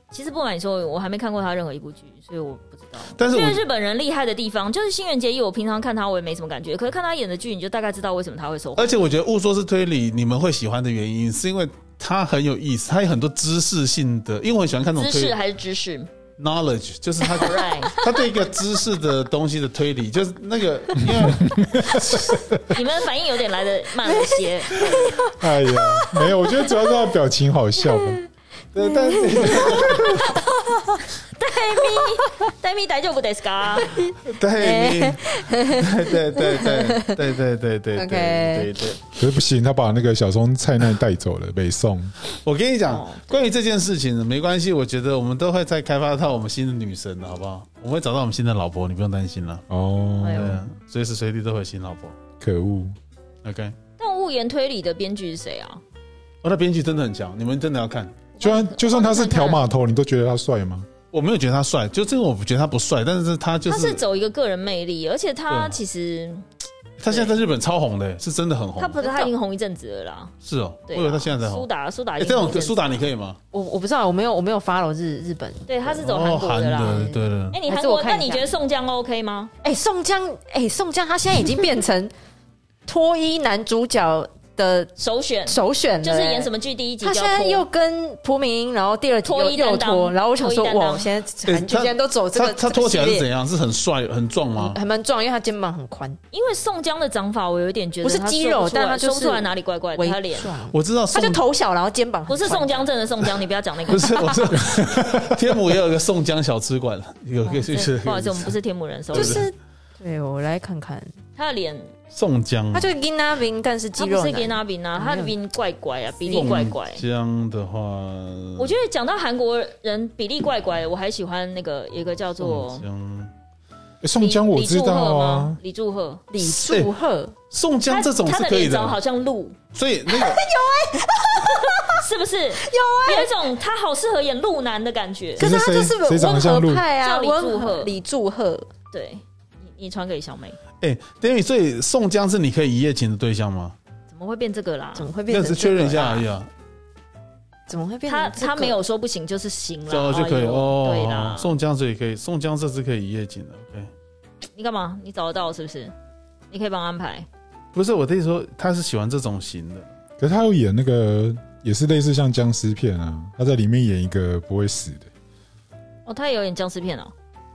其实不瞒你说，我还没看过他任何一部剧，所以我不知道。 但是我因为日本人厉害的地方，就是新垣结衣，我平常看他我也没什么感觉，可是看他演的剧，你就大概知道为什么他会受欢迎。 而且我觉得《误说是推理》你们会喜欢的原因，是因为它很有意思，它有很多知识性的，因为我很喜欢看那种知识还是知识 knowledge， 就是他 right 他对一个知识的东西的推理，就是那个因为你们的反应有点来的慢了些。 哎呀，没有，我觉得主要是他的表情好笑吧。对，但是戴咪，戴咪大丈夫ですか？ 对，对对对对对对对对对对对。 可是不行，他把那个小松菜奈带走了，北宋。 我跟你讲， 哦关于这件事情没关系，我觉得我们都会再开发到我们新的女神，好不好？我们会找到我们新的老婆，你不用担心了。 哦， 哎呦对啊，随时随地都会有新老婆。 可恶！ OK， 但物言推理的编剧是谁啊？ 哦，他编剧真的很强，你们真的要看。 就算就算他是条码头，你都觉得他帅吗？ 我没有觉得他帅，就这个我觉得他不帅，但是他就是他是走一个个人魅力，而且他其实他现在在日本超红的，是真的很红。 他不是他已经红一阵子了啦。 是哦，我对啊， 以为他现在才红。 苏打苏打欸已经红一阵子， 这种苏打你可以吗？ 我我不知道，我没有我没有 follow 日日本。 对，他是走韩哦， 国的啦。 的，对的。 哎，你还韩国， 是我看一下那你觉得宋江 OK 吗？ 哎、宋江，哎、宋江他现在已经变成脱衣男主角的首选首选了、 就是演什么剧第一集他就要脱现在又跟朴敏英，然后第二集脱又又衣担当脱，然后我想说， 脱衣担当哇，现在韩剧欸竟然都走这个， 他他脱起来是怎样？ 样？是很帅、很壮吗？ 还蛮壮，因为他肩膀很宽， 因为宋江的长法，我有点觉得不是他肌肉说不出来但他就是说不出来哪里怪怪的， 微他脸壮， 我知道宋， 他就头小，然后肩膀很宽不是宋江镇的宋江，你不要讲那个。 不是，我是天母也有一个宋江小吃馆，有一个就是不好意思，我们不是天母人， 就是对我来看看， 他的脸， 宋江。 他就是 Gina Vin，但是肌肉他不是 g 男 a n a b i n 啊，他的 bin 怪怪啊，比例宋怪怪。 江的话， 我觉得讲到韩国人比例怪怪的，我还喜欢那个有一个叫做宋江， 欸宋江我知道啊， 李祝贺吗， 李祝贺， 宋江这种他是可以的的脸长，好像鹿， 所以那个是不是？有哎、有一种他好适合演鹿男的感觉。 可是他就是谁谁长得像鹿温和派啊， 叫李祝温贺和李祝贺， 对，你你传给小美， 哎 d a m i 所以宋江是你可以一夜情的对象吗？ 怎么会变这个啦？ 怎么会变那成只确认一下这个啊而已啊， 怎么会变成他这个他没有说不行，就是行这样了， 就可以哎呦哦。 对啦， 宋江这也可以，宋江这是可以一夜情的。OK， 你干嘛？你找得到是不是？你可以帮我安排。 不是我的意思说，他是喜欢这种型的。 可是他有演那个也是类似像僵尸片啊，他在里面演一个不会死的。 哦，他也有演僵尸片哦。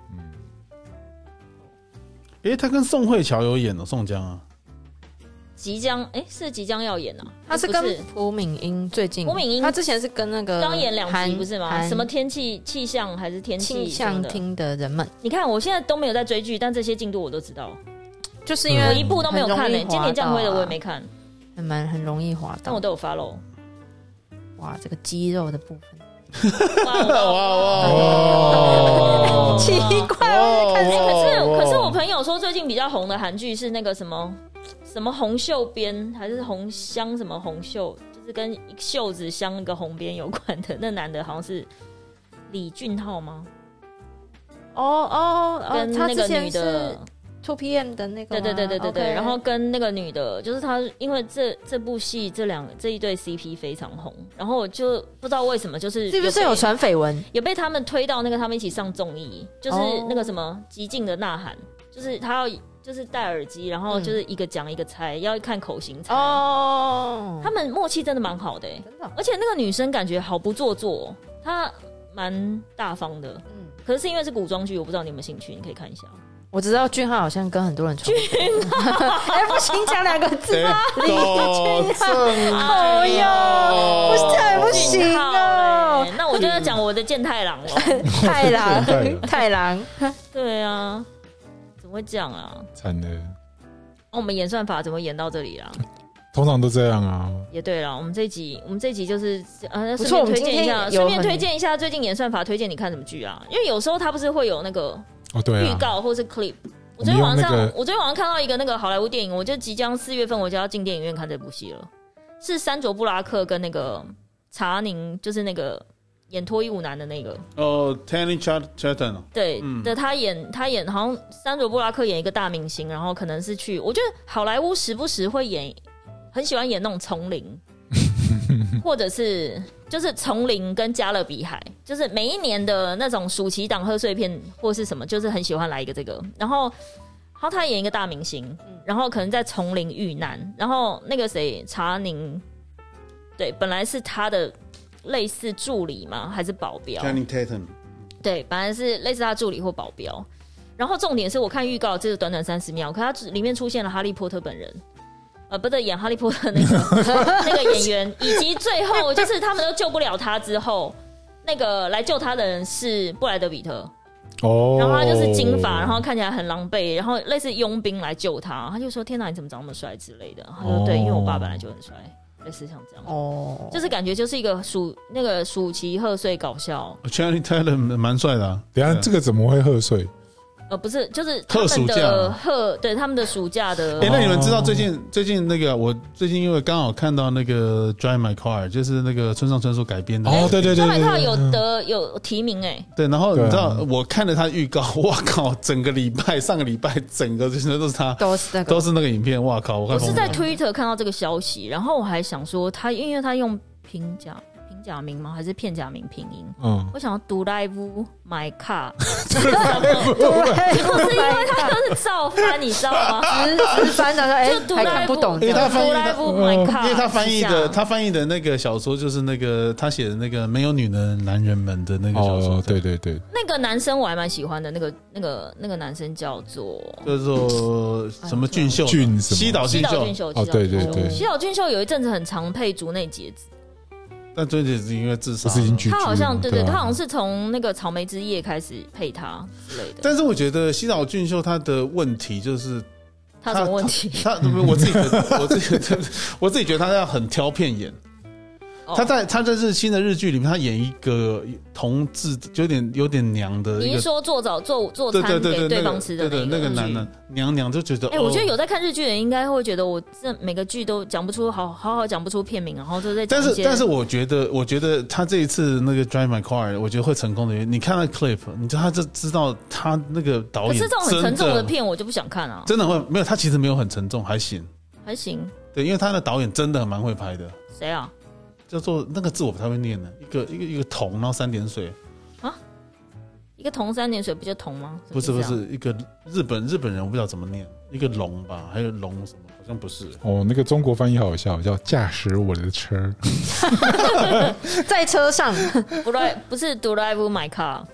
哎，他跟宋慧乔有演的宋江啊。 即将哎、是即将要演啊？ 他是跟哎不是朴敏英最近， 朴敏英他之前是跟那个刚演两集韩不是吗？ 韩什么天气气象还是天气气什么的？ 象厅的人们， 你看我现在都没有在追剧，但这些进度我都知道。 就是因为我一部都没有看呢、 很容易滑欸，今年降辉的我也到啊没看， 还蛮很容易滑到。 但我都有 follow。 哇，这个肌肉的部分， 哇哇哇哇！ 奇怪，我在看哎、可是哇可是我朋友说最近比较红的韩剧是那个什么什么红袖边还是红香什么红袖，就是跟袖子镶一个红边有关的。那男的好像是李俊浩吗？ 哦哦哦， 跟那个他之前女的是 two P M 的那个吗， 对对对对对对 OK 然后跟那个女的，就是她，因为这这部戏这两这一对 C P 非常红，然后我就不知道为什么，就是是不是被有传绯闻？ 有被他们推到那个他们一起上综艺，就是那个什么极尽的呐喊，就是他要就是戴耳机，然后就是一个讲一个猜，要看口型猜。 哦， 他们默契真的蛮好的、欸， 真的哦， 而且那个女生感觉好不做作、哦，她蛮大方的。 嗯， 可是是因为是古装剧，我不知道你有没有兴趣，你可以看一下。 我知道俊浩好像跟很多人传绯闻，哎，不行，讲两个字吗？李俊浩，哦哟，不是太不行俊浩哦欸，那我就要讲我的健太郎了。 太郎太郎， 太郎， 对啊，怎么会这样啊？ 惨了， 哦我们演算法怎么演到这里啦？ 通常都这样啊。 也对了，我们这一集我们这一集就是呃， 不错顺便推荐一下， 我们今天有顺便很推荐一下最近演算法推荐你看什么剧啊？因为有时候它不是会有那个哦，对啊， 预告或是 clip。我我们昨天晚上， 用那个我昨天晚上看到一个那个好莱坞电影，我就即将四月份我就要进电影院看这部戏了，是山卓布拉克跟那个查宁，就是那个演脱衣舞男的那个， 哦 ，Tanny Chatton， 对、 嗯的，他演他演好像山卓布拉克演一个大明星，然后可能是去，我觉得好莱坞时不时会演，很喜欢演那种丛林， 或者是就是丛林跟加勒比海，就是每一年的那种暑期档贺岁片或是什么，就是很喜欢来一个这个，然后。然后他演一个大明星，然后可能在丛林遇难，然后那个谁查宁，对，本来是他的类似助理吗？还是保镖 ？Channing Tatum， 对，本来是类似他助理或保镖。然后重点是我看预告，这是短短三十秒，可他里面出现了哈利波特本人，呃，不对，演哈利波特那个那个演员，以及最后就是他们都救不了他之后，那个来救他的人是布莱德比特。 哦， 然后他就是金发，然后看起来很狼狈，然后类似佣兵来救他，他就说：“天哪，你怎么长那么帅之类的？”他说：“对，因为我爸本来就很帅。”类似像这样，哦，就是感觉就是一个暑那个暑期贺岁搞笑。 Channing Tatum 蛮帅的啊， 等一下这个怎么会贺岁？ 呃，不是，就是他们的贺，对他们的暑假的。 哎、欸，那你们知道最近最近那个，我最近因为刚好看到那个 Drive My Car， 就是那个村上春树改编的。 哦，对对对 ，Drive My Car 有得有提名哎、欸。 对，然后你知道，我看了他预告，哇靠，整个礼拜上个礼拜整个就是都是他， 都是那个都是那个影片，哇靠！我看我是在 Twitter 看到这个消息，然后我还想说他，因为他用平假。假名吗？还是片假名拼音？嗯，我想要独来屋 my car， 就是因为他就是照翻，你知道吗？ 直直翻的，哎，还看不懂。 因为他翻译的， 因为他翻译的，他翻译的那个小说就是那个他写的那个没有女的男人们的那个小说。 哦，对对对， 那个男生我还蛮喜欢的，那个那个那个男生叫做叫做什么俊秀？ 俊西岛俊秀。 哦，对对对， 西岛俊秀有一阵子很常配竹内结子。 但最近是因为自杀， 他好像对 对, 对，他好像是从那个草莓之夜开始配他之类的。 但是我觉得西岛俊秀他的问题就是他什么问题？ 他, 他我自己觉得我自己觉得我自己觉得他要很挑片演。他在他在日新的日剧里面，他演一个同志，有点有点娘的。 你是说做早做做餐给对方吃的那个？对对，那个男的娘娘就觉得， 哎、欸，我觉得有在看日剧的人应该会觉得，我这每个剧都讲不出好好好讲不出片名，然后都在讲一些。 但是但是我觉得，我觉得他这一次那个 Drive My Car， 我觉得会成功的原因，你看那 clip， 你知道他就知道他那个导演。可是这种很沉重的片，我就不想看啊。 真的会没有，他其实没有很沉重，还行， 还行。 对，因为他的导演真的蛮会拍的。 谁啊？ 叫做那个字我不太会念的，一个一个一个铜，然后三点水啊， 一个铜三点水不就铜吗？ 不是不是，一个日本日本人我不知道怎么念，一个龙吧，还有龙什么，好像不是。 哦，那个中国翻译好笑，叫驾驶我的车， 在车上， 不对，不是 drive my car，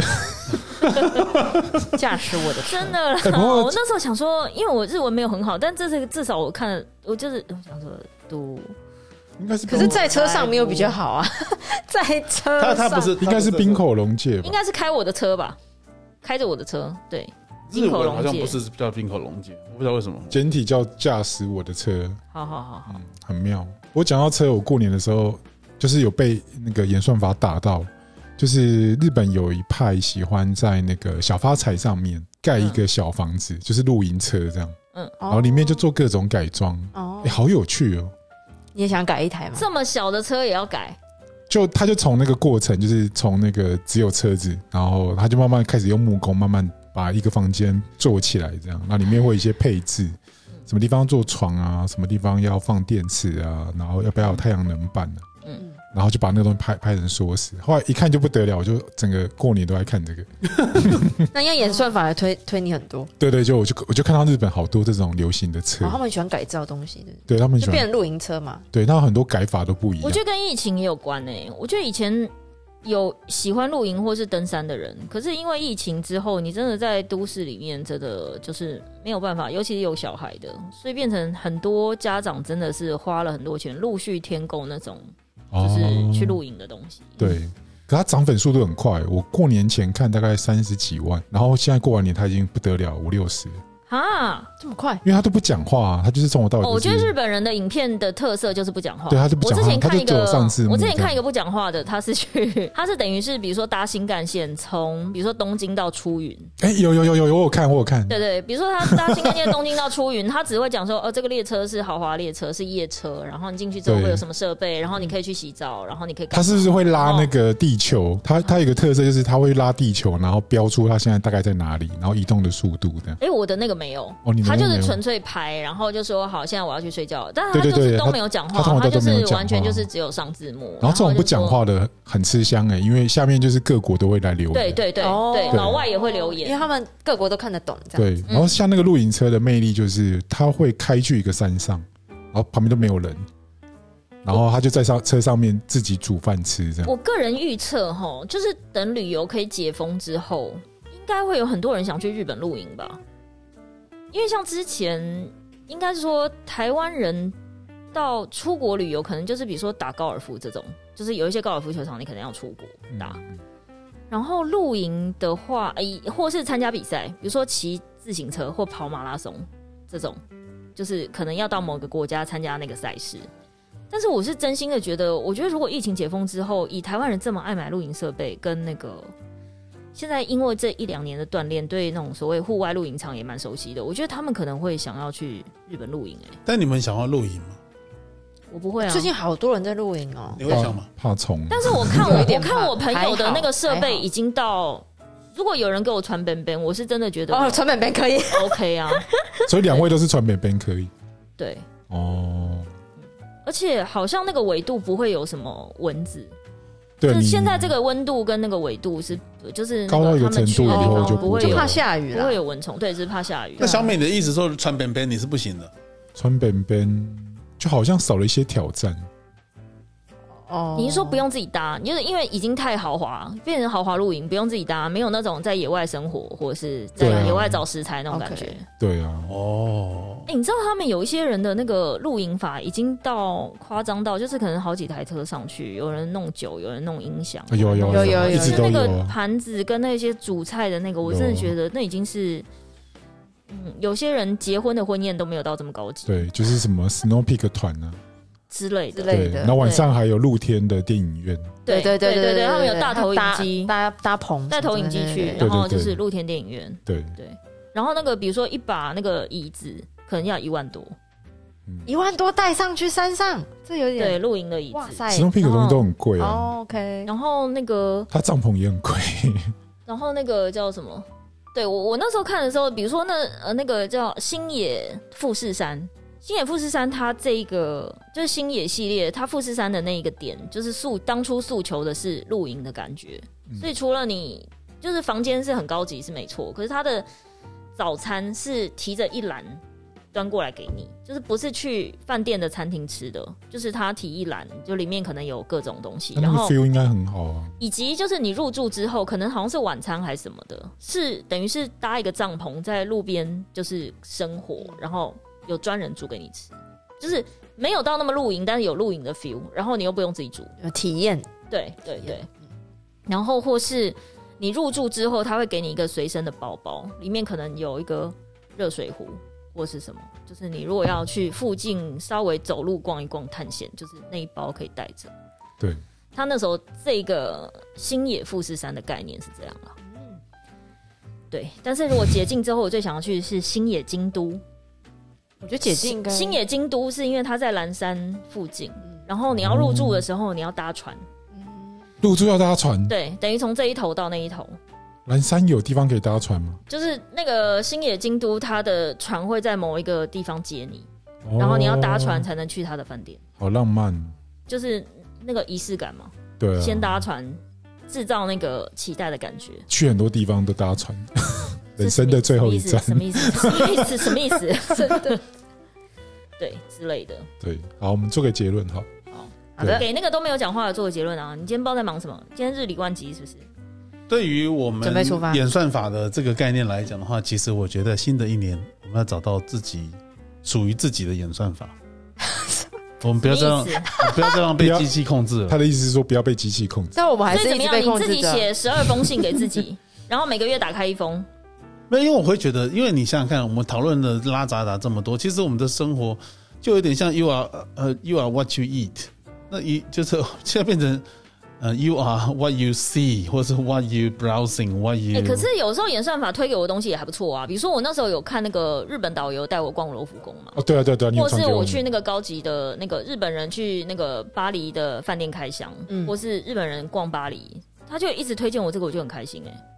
驾驶我的车， 真的啦。欸、我那时候想说，因为我日文没有很好，但这是至少我看了，我就是我想说读。 应该是， 可是在车上没有比较好啊。在车上， 他他不是， 应该是滨口龙介吧？ 应该是开我的车吧，开着我的车。对， 日文好像不是叫滨口龙介，我不知道为什么。 简体叫驾驶我的车。 好好好好、 嗯，很妙。我讲到车，我过年的时候就是有被那个演算法打到，就是日本有一派喜欢在那个小发财上面盖一个小房子，嗯、就是露营车这样。嗯，然后里面就做各种改装。哦、欸，好有趣哦。 你也想改一台吗？ 这么小的车也要改？ 就他就从那个过程，就是从那个只有车子，然后他就慢慢开始用木工慢慢把一个房间做起来，这样。那里面会有一些配置，什么地方做床啊，什么地方要放电池啊，然后要不要有太阳能板啊，嗯，然后就把那个东西拍拍成缩时。后来一看就不得了，我就整个过年都在看这个。 那要演算法来推推你很多。 对对，就我就我就看到日本好多这种流行的车， 哦、他们喜欢改造东西的， 对他们喜欢就变成露营车嘛。 对，那很多改法都不一样。 我觉得跟疫情也有关诶、欸。我觉得以前有喜欢露营或是登山的人，可是因为疫情之后，你真的在都市里面真的就是没有办法，尤其是有小孩的，所以变成很多家长真的是花了很多钱，陆续添购那种就是去露营的东西。 哦、对。可它涨粉速度很快，我过年前看大概三十几万，然后现在过完年它已经不得了五六十啊， 这么快？ 因为他都不讲话、啊，他就是从头到尾、就是哦。 我觉得日本人的影片的特色就是不讲话， 对，他就不讲话。 我之前看一个，我之前看一个不讲话的，他是去，他是等于是比如说搭新干线从比如说东京到出云， 哎、欸，有有有有有，我有看我有看， 对对，比如说他搭新干线东京到出云，他只会讲说，哦，这个列车是豪华列车，是夜车，然后你进去之后会有什么设备，然后你可以去洗澡，然后你可以， 他是不是会拉那个地球？他他有一个特色就是他会拉地球，然后标出他现在大概在哪里，然后移动的速度这样。 哎、欸，我的那个没有， 哦，你他就是纯粹拍，然后就说好，现在我要去睡觉了，但是他就是都没有讲话， 他他就是完全就是只有上字幕。 然后这种不讲话的很吃香哎、欸，因为下面就是各国都会来留言， 对对对、哦、对，老外也会留言， 因为他们各国都看得懂。这样对，然后像那个露营车的魅力就是他会开去一个山上，然后旁边都没有人。然后他就在上车上面自己煮饭吃，这样。 我个人预测哈，就是等旅游可以解封之后，应该会有很多人想去日本露营吧。因为像之前，应该是说台湾人到出国旅游，可能就是比如说打高尔夫这种，就是有一些高尔夫球场你可能要出国打。嗯、然后露营的话，呃，或是参加比赛，比如说骑自行车或跑马拉松这种，就是可能要到某个国家参加那个赛事。但是我是真心的觉得，我觉得如果疫情解封之后，以台湾人这么爱买露营设备，跟那个现在因为这一两年的锻炼，对那种所谓户外露营场也蛮熟悉的，我觉得他们可能会想要去日本露营。哎， 但你们想要露营吗？ 我不会啊。 最近好多人在露营哦， 你会想吗？ 怕虫。 但是我看我我看我朋友的那个设备已经到，如果有人给我传本本，我是真的觉得哦，传本本可以 ，OK 啊。 所以两位都是传本本可以。 对。 哦。 而且好像那个纬度不会有什么蚊子， 对， 就是现在这个温度跟那个纬度是，就是高到一个程度以后就不会有， 就怕下雨了， 不会有蚊虫，对，只是怕下雨。 那小美的意思说穿边边你是不行的， 穿边边就好像少了一些挑战。 哦，你是说不用自己搭，就是因为已经太豪华，变成豪华露营，不用自己搭，没有那种在野外生活或者是在野外找食材那种感觉。 对啊， 哦， 哎、欸，你知道他们有一些人的那个露营法已经到夸张到，就是可能好几台车上去，有人弄酒，有人弄音响， 有有有有，一直都有。 那个盘子跟那些煮菜的那个，我真的觉得那已经是。嗯，有些人结婚的婚宴都没有到这么高级。 对，就是什么 Snow Peak 团啊。 之类的， 对，然后晚上还有露天的电影院， 对对对对对，他们有大投影机， 搭搭棚， 带投影机去，然后就是露天电影院， 对对，然后那个比如说一把那个椅子，可能要一万多， 一万多带上去山上，这有点对露营的椅子， 哇塞 ，Snow Peak 的东西都很贵啊 ，OK， 然后那个他帐篷也很贵， 然后那个叫什么？对我我那时候看的时候，比如说那呃那个叫星野富士山。星野富士山，它这一个就是星野系列，它富士山的那一个点，就是诉当初诉求的是露营的感觉。嗯、所以除了你就是房间是很高级是没错，可是它的早餐是提着一篮端过来给你，就是不是去饭店的餐厅吃的，就是它提一篮，就里面可能有各种东西。 那个 feel 应该很好啊。 以及就是你入住之后，可能好像是晚餐还是什么的，是等于是搭一个帐篷在路边就是生活，然后。有专人煮给你吃，就是没有到那么露营，但是有露营的 feel， 然后你又不用自己煮， 有体验， 对对对。然后或是你入住之后，他会给你一个随身的包包，里面可能有一个热水壶或是什么，就是你如果要去附近稍微走路逛一逛探险，就是那一包可以带着。 对， 他那时候这个星野富士山的概念是这样啦。对，但是如果解禁之后，我最想要去的是星野京都。 我觉得解禁应该星野京都是因为它在蓝山附近，嗯、然后你要入住的时候、嗯、你要搭船， 入住要搭船， 对，等于从这一头到那一头。 蓝山有地方可以搭船吗？ 就是那个星野京都，它的船会在某一个地方接你，哦、然后你要搭船才能去它的饭店。 好浪漫， 就是那个仪式感嘛。 对、啊， 先搭船，制造那个期待的感觉。 去很多地方都搭船。人生的最后一站， 什么意思？什么意思？什么意思？真的，对之类的。 对，好，我们做个结论哈。 好，好的，给那个都没有讲话的做个结论啊！你今天不知道在忙什么？今天日理万机是不是？ 对于我们演算法的这个概念来讲的话，其实我觉得新的一年我们要找到自己属于自己的演算法。我们不要再让不要再让被机器控制了。 他的意思是说，不要被机器控制。 但我们还是一直被控制着。 你自己写十二封信给自己，然后每个月打开一封。 没有，因为我会觉得，因为你想想看，我们讨论的拉杂杂这么多，其实我们的生活就有点像 you are 呃 you are what you eat， 那一就是现在变成呃 you are what you see， 或是 what you browsing，what you、欸。 可是有时候演算法推给我的东西也还不错啊，比如说我那时候有看那个日本导游带我逛罗浮宫嘛， 哦对啊对啊对啊， 或是我去那个高级的那个日本人去那个巴黎的饭店开箱，嗯、或是日本人逛巴黎，他就一直推荐我这个，我就很开心哎、欸。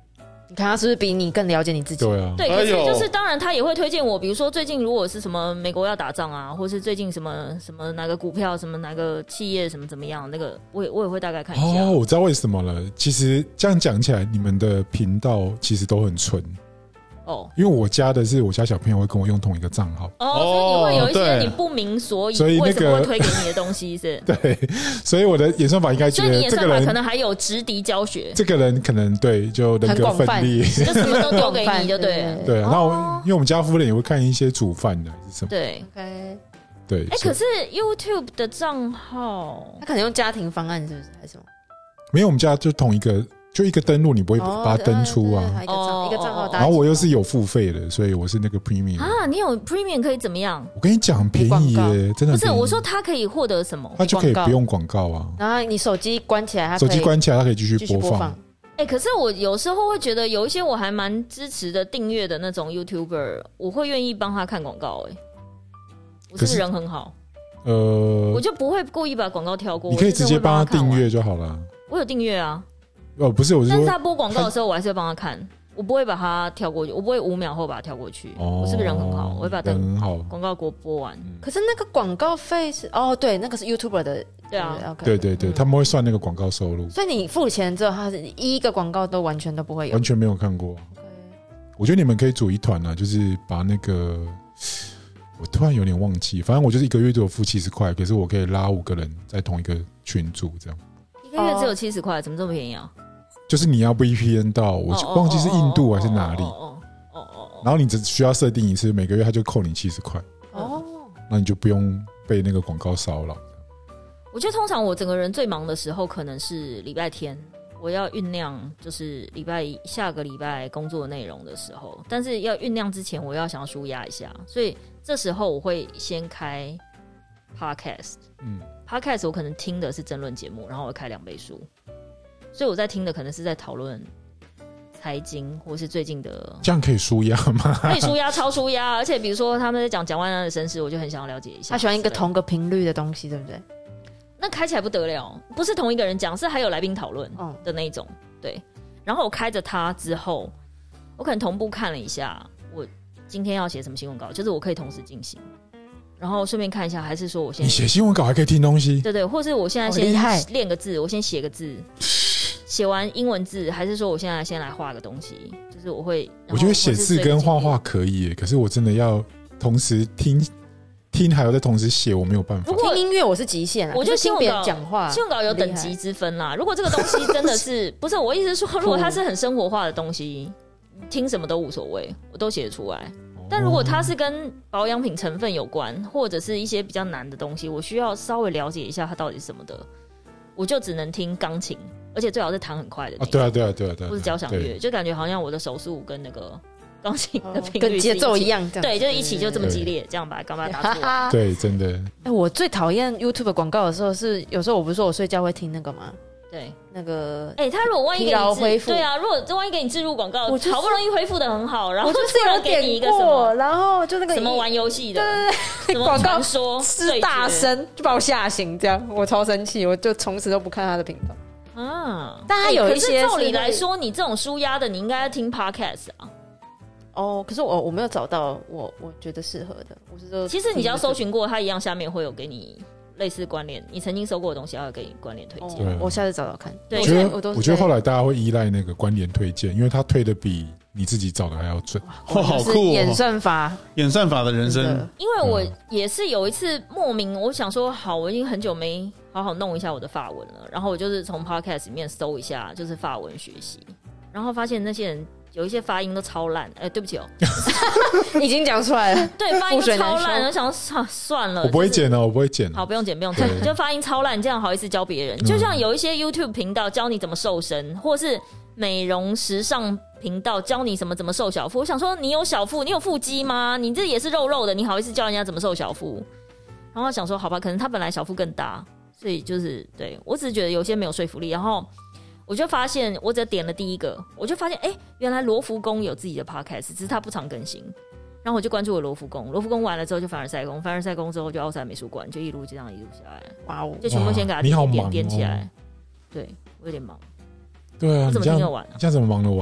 你看他是不是比你更了解你自己？ 对啊， 对，可是就是当然他也会推荐我，比如说最近如果是什么美国要打仗啊，或是最近什么什么哪个股票什么哪个企业什么怎么样，那个我也我也会大概看一下。 哦，我知道为什么了。其实这样讲起来，你们的频道其实都很纯。哦，因为我家的是我家小朋友会跟我用同一个账号哦，所以你会有一些你不明所以，所以为什么会推给你的东西是？ 对，所以我的演算法应该觉得这个人可能还有直敌教学， 这个人可能对就人格分裂， 就什么都丢给你就对了。 对，然后因为我们家夫人也会看一些煮饭的还是什么， 对 ，OK， 对。 哎，可是 YouTube 的账号， 他可能用家庭方案是不是还是什么？ 没有，我们家就同一个。就一个登录，你不会把它登出啊？ 哦、一个账号， 然后我又是有付费的，所以我是那个 premium 啊。你有 premium 可以怎么样？ 我跟你讲，很便宜耶，真的。 不是，我说它可以获得什么？ 它就可以不用广告啊。 然后你手机关起来，它手机关起来，它可以继续播放。 哎、欸，可是我有时候会觉得有一些我还蛮支持的订阅的那种 YouTuber， 我会愿意帮他看广告。哎，我是不是人很好？呃，我就不会故意把广告跳过。 你可以直接帮他订阅就好了。 我有订阅啊。 哦，不是，我是说， 但是他播广告的时候，我还是会帮他看，我不会把他跳过去，我不会五秒后把他跳过去。哦、我是不是人很好？我会把等广告给我播完。 嗯、可是那个广告费是哦，对，那个是 YouTuber 的， 对啊， 对对对，嗯、他们会算那个广告收入。 所以你付钱之后，他是一个广告都完全都不会有， 完全没有看过。Okay. 我觉得你们可以组一团啊，就是把那个，我突然有点忘记，反正我就是一个月只有付七十块，可是我可以拉五个人在同一个群组这样。 一个月只有七十块，怎么这么便宜啊？ 就是你要 V P N 到，我忘记是印度还是哪里，然后你只需要设定一次，每个月他就扣你七十块，哦，那你就不用被那个广告骚扰。 我觉得通常我整个人最忙的时候，可能是礼拜天，我要酝酿就是礼拜下个礼拜工作内容的时候，但是要酝酿之前，我要想要抒压一下，所以这时候我会先开 Podcast， 嗯 ，Podcast 我可能听的是争论节目，然后我开两倍速。所以我在听的可能是在讨论财经或是最近的， 这样可以抒压吗？ 可以抒压，超抒压。而且比如说他们在讲蒋万安的身世，我就很想要了解一下。 他喜欢一个同个频率的东西，对不对？ 那开起来不得了，不是同一个人讲，是还有来宾讨论的那一种。对，然后我开着它之后，我可能同步看了一下，我今天要写什么新闻稿，就是我可以同时进行。然后顺便看一下，还是说我先你写新闻稿还可以听东西？ 对对，或是我现在先练个字，我先写个字。写完英文字，还是说我现在先来画个东西？就是我会， 我觉得写字跟画画可以耶，可是我真的要同时听听，还有再同时写，我没有办法。 不过听音乐我是极限啊， 我就听别人讲话， 新闻稿有等级之分啦。如果这个东西真的是不是我意思是说，如果它是很生活化的东西，听什么都无所谓，我都写得出来。但如果它是跟保养品成分有关，或者是一些比较难的东西，我需要稍微了解一下它到底是什么的，我就只能听钢琴。而且最好是弹很快的、 啊，对啊，对啊，对啊，对啊， 不是交响乐，就感觉好像我的手速跟那个钢琴的频率、哦、 跟节奏一样， 对，就是一起就这么激烈，这样把刚把它打出来。 对，真的。 哎、欸，我最讨厌 YouTube 广告的时候是，有时候我不是说我睡觉会听那个吗？ 对， 那个哎、欸，他如果万一给你恢复，对啊，如果万一给你置入广告，我、就是、好不容易恢复的很好，然后突然给你一个什么， 然后就那个什么玩游戏的， 对对对，广告说是大声就把我吓醒，这样我超生气，我就从此都不看他的频道。啊，但他有一些、 欸、照理来说，你这种抒压的，你应该要听 podcast 啊。 哦，可是我我没有找到我我觉得适合的。我是说， 其实你只要搜寻过，它一样下面会有给你类似关联，你曾经搜过的东西，它会给你关联推荐。 哦、我下次找找看。 对， 我觉得我都我觉得后来大家会依赖那个关联推荐，因为它推的比你自己找的还要准。 哇，好酷、哦！ 演算法， 演算法的人生。 因为我也是有一次莫名，我想说，好，我已经很久没好好弄一下我的法文了，然后我就是从 podcast 里面搜一下，就是法文学习，然后发现那些人有一些发音都超烂，哎、欸，对不起哦， 已经讲出来了， 对，发音都超烂，我想说算了， 我不会剪哦，我不会剪， 好，不用剪，不用剪，就发音超烂，这样好意思教别人？就像有一些 YouTube 频道教你怎么瘦身，或是美容时尚频道教你什么怎么瘦小腹，我想说你有小腹，你有腹肌吗？你这也是肉肉的，你好意思教人家怎么瘦小腹？然后想说好吧，可能他本来小腹更大。所以就是对我只是觉得有些没有说服力，然后我就发现我只点了第一个，我就发现哎、欸，原来罗浮宫有自己的 podcast， 只是他不常更新，然后我就关注了罗浮宫，罗浮宫完了之后就凡尔赛宫，凡尔赛宫之后就奥赛美术馆，就一路这样一路下来，哇哦，就全部先给他点点点起来，对我有点忙， 对啊， 我怎么听得完、啊？ 你这样怎么忙得完？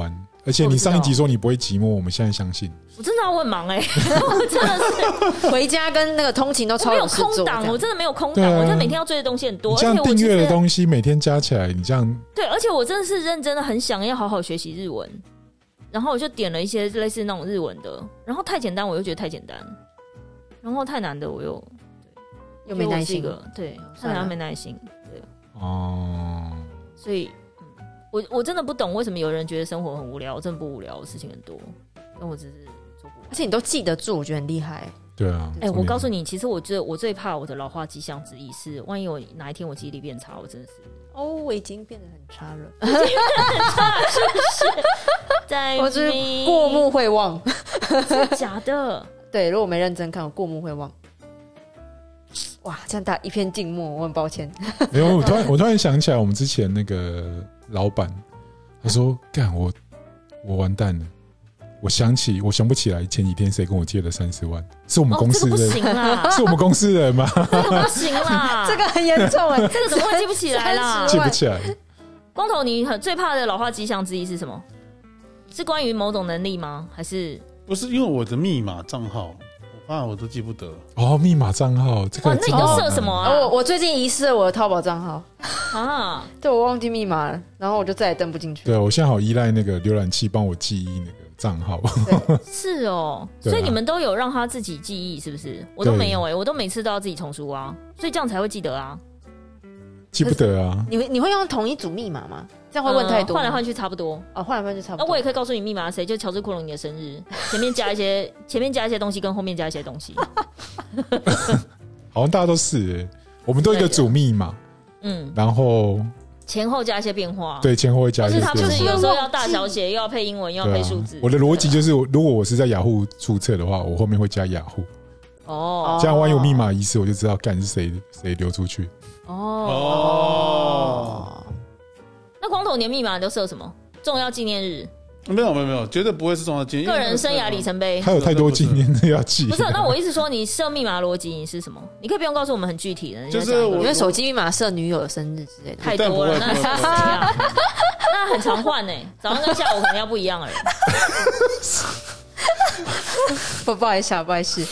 而且你上一集说你不会寂寞，我们现在相信。 我真的我很忙哎、欸，我真的是回家跟那个通勤都超有事做。 我没有空档，我真的没有空档，啊、我真的每天要追的东西很多。 你这样订阅的东西每天加起来，你这样对，而且我真的是认真的很想要好好学习日文，然后我就点了一些类似那种日文的，然后太简单我又觉得太简单，然后太难的我又又没耐心， 对，太难没耐心，对哦， 所以。我我真的不懂为什么有人觉得生活很无聊，我真的不无聊，事情很多，但我只是做不完。 而且你都记得住，我觉得很厉害。 对啊， 哎、欸，我告诉你，其实我觉得我最怕我的老化迹象之一是，万一我哪一天我记忆力变差，我真的是哦，我已经变得很差了， 已经变得很差，是不是？在我就是过目会忘， 真的假的？ 对，如果没认真看，我过目会忘。哇，这样大一片静默，我很抱歉。 没有，我突然我突然想起来，我们之前那个老板，他说：“干我，我完蛋了。”我想起，我想不起来前几天谁跟我借了三十万，是我们公司的， 哦、这个不行啦， 是我们公司的人吗？ 这个不行啦， 这个很严重哎， 这个怎么会记不起来啦？ 记不起来。 光头，你很最怕的老化迹象之一是什么？是关于某种能力吗？还是不是？因为我的密码账号。啊，我都记不得哦，密码账号这个， 哇，那你都设什么啊？ 我我最近遗失了我的淘宝账号啊， 对，我忘记密码了，然后我就再也登不进去。 对，我现在好依赖那个浏览器帮我记忆那个账号。 是哦，所以你们都有让他自己记忆，是不是？我都没有哎、欸，我都每次都要自己重输啊，所以这样才会记得啊。 记不得啊？ 你会你会用同一组密码吗？这样会问太多， 换、呃、来换去差不多哦，换来换去差不多。 那我也可以告诉你密码谁，就乔治库隆你的生日，前面加一些，前面加一些东西，跟后面加一些东西。 好像大家都是、欸，我们都一个主密码，嗯，然后前后加一些变化， 对，前后会加一些变化。 就是他不是有时候要大小写，又要配英文，又要配数字。 啊、我的逻辑就是，如果我是在雅虎注册的话，我后面会加雅虎。哦，这样万一有密码遗失，我就知道干是谁谁流出去。 哦哦，那光头年密码都设什么？重要纪念日？ 没有没有没有，绝对不会是重要纪念。 个人生涯里程碑， 还有太多纪念日要记。 不是，那我意思说，你设密码逻辑你是什么？你可以不用告诉我们很具体的， 就是因为手机密码设女友的生日之类的， 太多了，那是怎样？那很常换呢、欸，早上跟下午可能要不一样了。 不不好意思啊，不好意思。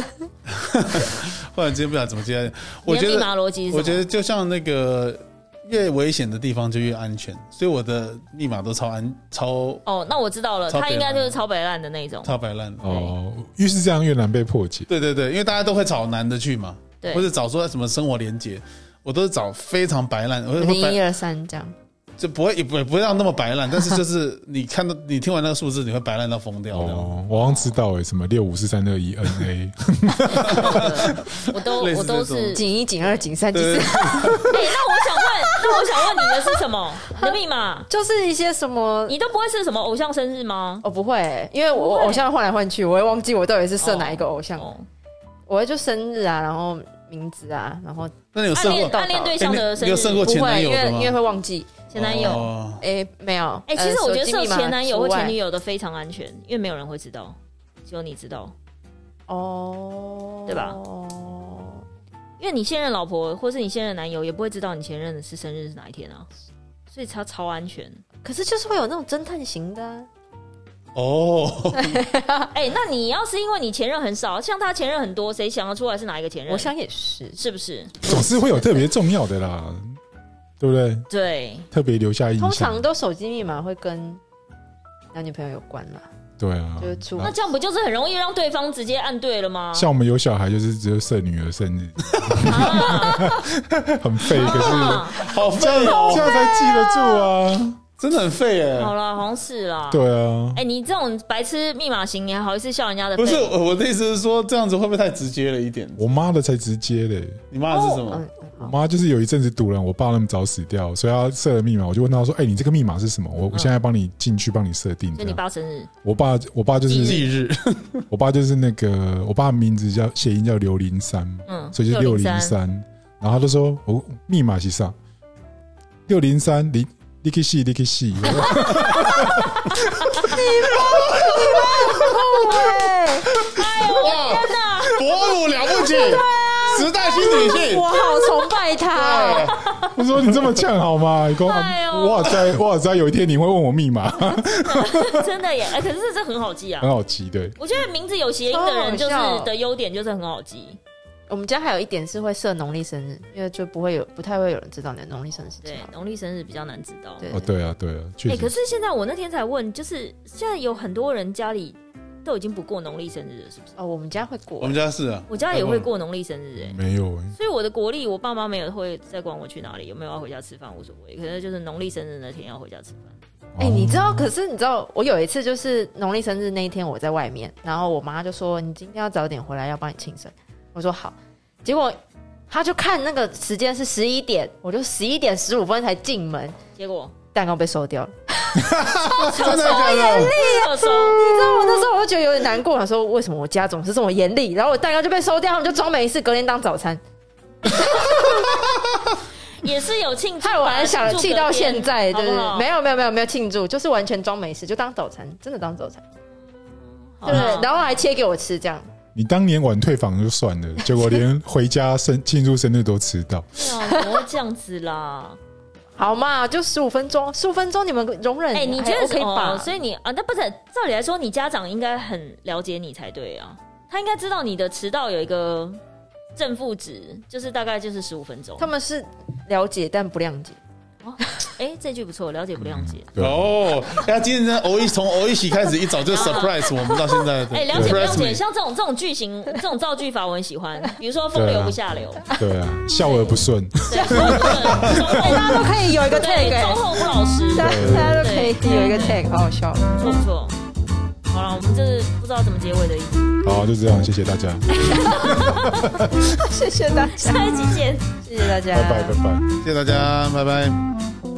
忽然之间不知道怎么接。我觉得密码逻辑是什么？ 我觉得就像那个越危险的地方就越安全，所以我的密码都超安超。 哦，那我知道了，他应该就是超白烂的那种。 超白烂哦，越是这样越难被破解。 对对对，因为大家都会找难的去嘛， 对， 或者找说什么生活连结，我都是找非常白烂， 零一二三这样。 就不会也不会不会让那么白烂，但是就是你看到你听完那个数字，你会白烂到疯掉。 哦，我好像知道哎，什么六五四三二一 N A， 我都我都是井一井二井三井四。哎， 那我想问，那我想问你的是什么？你的密码就是一些什么？ 你都不会是什么偶像生日吗？ 哦，不会、欸，因为我偶像换来换去，我会忘记我到底是设哪一个偶像。哦、我会就生日啊，然后名字啊，然后那你有设过暗恋对象的生日？ 你有设过前男友的吗？ 因为因为会忘记。 前男友， 哎、哦，没有， 哎、欸，其实我觉得设前男友或前女友的非常安全，因为没有人会知道，只有你知道，哦，对吧？因为你现任老婆或是你现任男友也不会知道你前任的是生日是哪一天啊，所以他超安全。 可是就是会有那种侦探型的、啊。 哦， 哎、欸，那你要是因为你前任很少，像他前任很多，谁想得出来是哪一个前任？ 我想也是， 是不是？ 总是会有特别重要的啦。对不对？ 对， 特别留下印象。 通常都手机密码会跟男女朋友有关啦。 对啊， 就是出那这样不就是很容易让对方直接按对了吗？ 像我们有小孩，就是只有设女儿生日，啊、很废，可是、 啊、 好废哦， 这样才记得住啊。 真的很废耶！ 好啦，好像是啦。 对啊， 哎、欸，你这种白痴密码型，你还好意思笑人家的？ 不是，我的意思是说，这样子会不会太直接了一点？ 我妈的才直接嘞。 你妈的是什么？哦、 我妈就是有一阵子堵人，我爸那么早死掉，所以她设了密码，我就问她说：“哎、欸，你这个密码是什么？我我现在帮你进去帮你设定。” 就你爸生日？ 我爸，我爸就是忌日。 我爸就是那个，我爸的名字叫谐音叫刘林山，嗯，所以就六零三。然后他就说：“我密码是啥？六零三零。”你去洗，你去洗。你妈，你妈很酷哎！ 哎呦，我天哪！ 伯母了不起， 时代新女性， 我好崇拜他。 我说你这么呛好吗？你跟我，我好在，我好在有一天你会问我密码， 真的耶！哎，可是这很好记啊， 很好记。对， 我觉得名字有谐音的人就是的优点就是很好记。 我们家还有一点是会设农历生日，因为就不会有不太会有人知道你的农历生日是几号。 对，农历生日比较难知道。 哦，对啊，对啊，确实。 哎，可是现在我那天才问，就是现在有很多人家里都已经不过农历生日了，是不是？ 哦，我们家会过， 我们家是啊， 我家也会过农历生日。哎， 没有哎。 所以我的国历，我爸妈没有会再管我去哪里，有没有要回家吃饭无所谓，可是就是农历生日那天要回家吃饭。 哎、欸，你知道？可是你知道，我有一次就是农历生日那一天，我在外面，然后我妈就说：“你今天要早点回来，要帮你庆生。”我说：“好。”结果他就看那个时间是十一点，我就十一点十五分才进门， 结果蛋糕被收掉了。 真的假的？ 严厉啊！你知道我那时候我就觉得有点难过，想说为什么我家总是这么严厉，然后我蛋糕就被收掉，他们就装没事，隔天当早餐。 也是有庆祝， 害我还想气到现在，对对对，没有没有没有没有庆祝，就是完全装没事，就当早餐，真的当早餐。对，然后还切给我吃，这样。 你当年晚退房就算了，结果连回家生庆祝生日都迟到。 对啊，怎么会这样子啦？ 好嘛，就十五分钟，十五分钟你们容忍？ 哎、欸，你觉得可以吧？ 所以你啊，那不是照理来说，你家长应该很了解你才对啊，他应该知道你的迟到有一个正负值，就是大概就是十五分钟。 他们是了解但不谅解。 哦，哎、欸，这句不错，了解不谅解。 嗯、 哦，那今天偶一从偶一起开始，一早就 surprise 我们到现在。 哎、欸，了解不谅解，像这种这种句型、这种造句法我很喜欢，比如说风流不下流， 对啊，笑而不顺， 对，笑而不顺， 大家都可以有一个 tag， 忠厚不老实， 大家都可以有一个 tag， 好好笑， 不错不错。好了，我们这是不知道怎么结尾的意思。 好，就这样，谢谢大家， 谢谢大家， 下一集见， 谢谢大家， 拜拜拜拜， 谢谢大家，拜拜。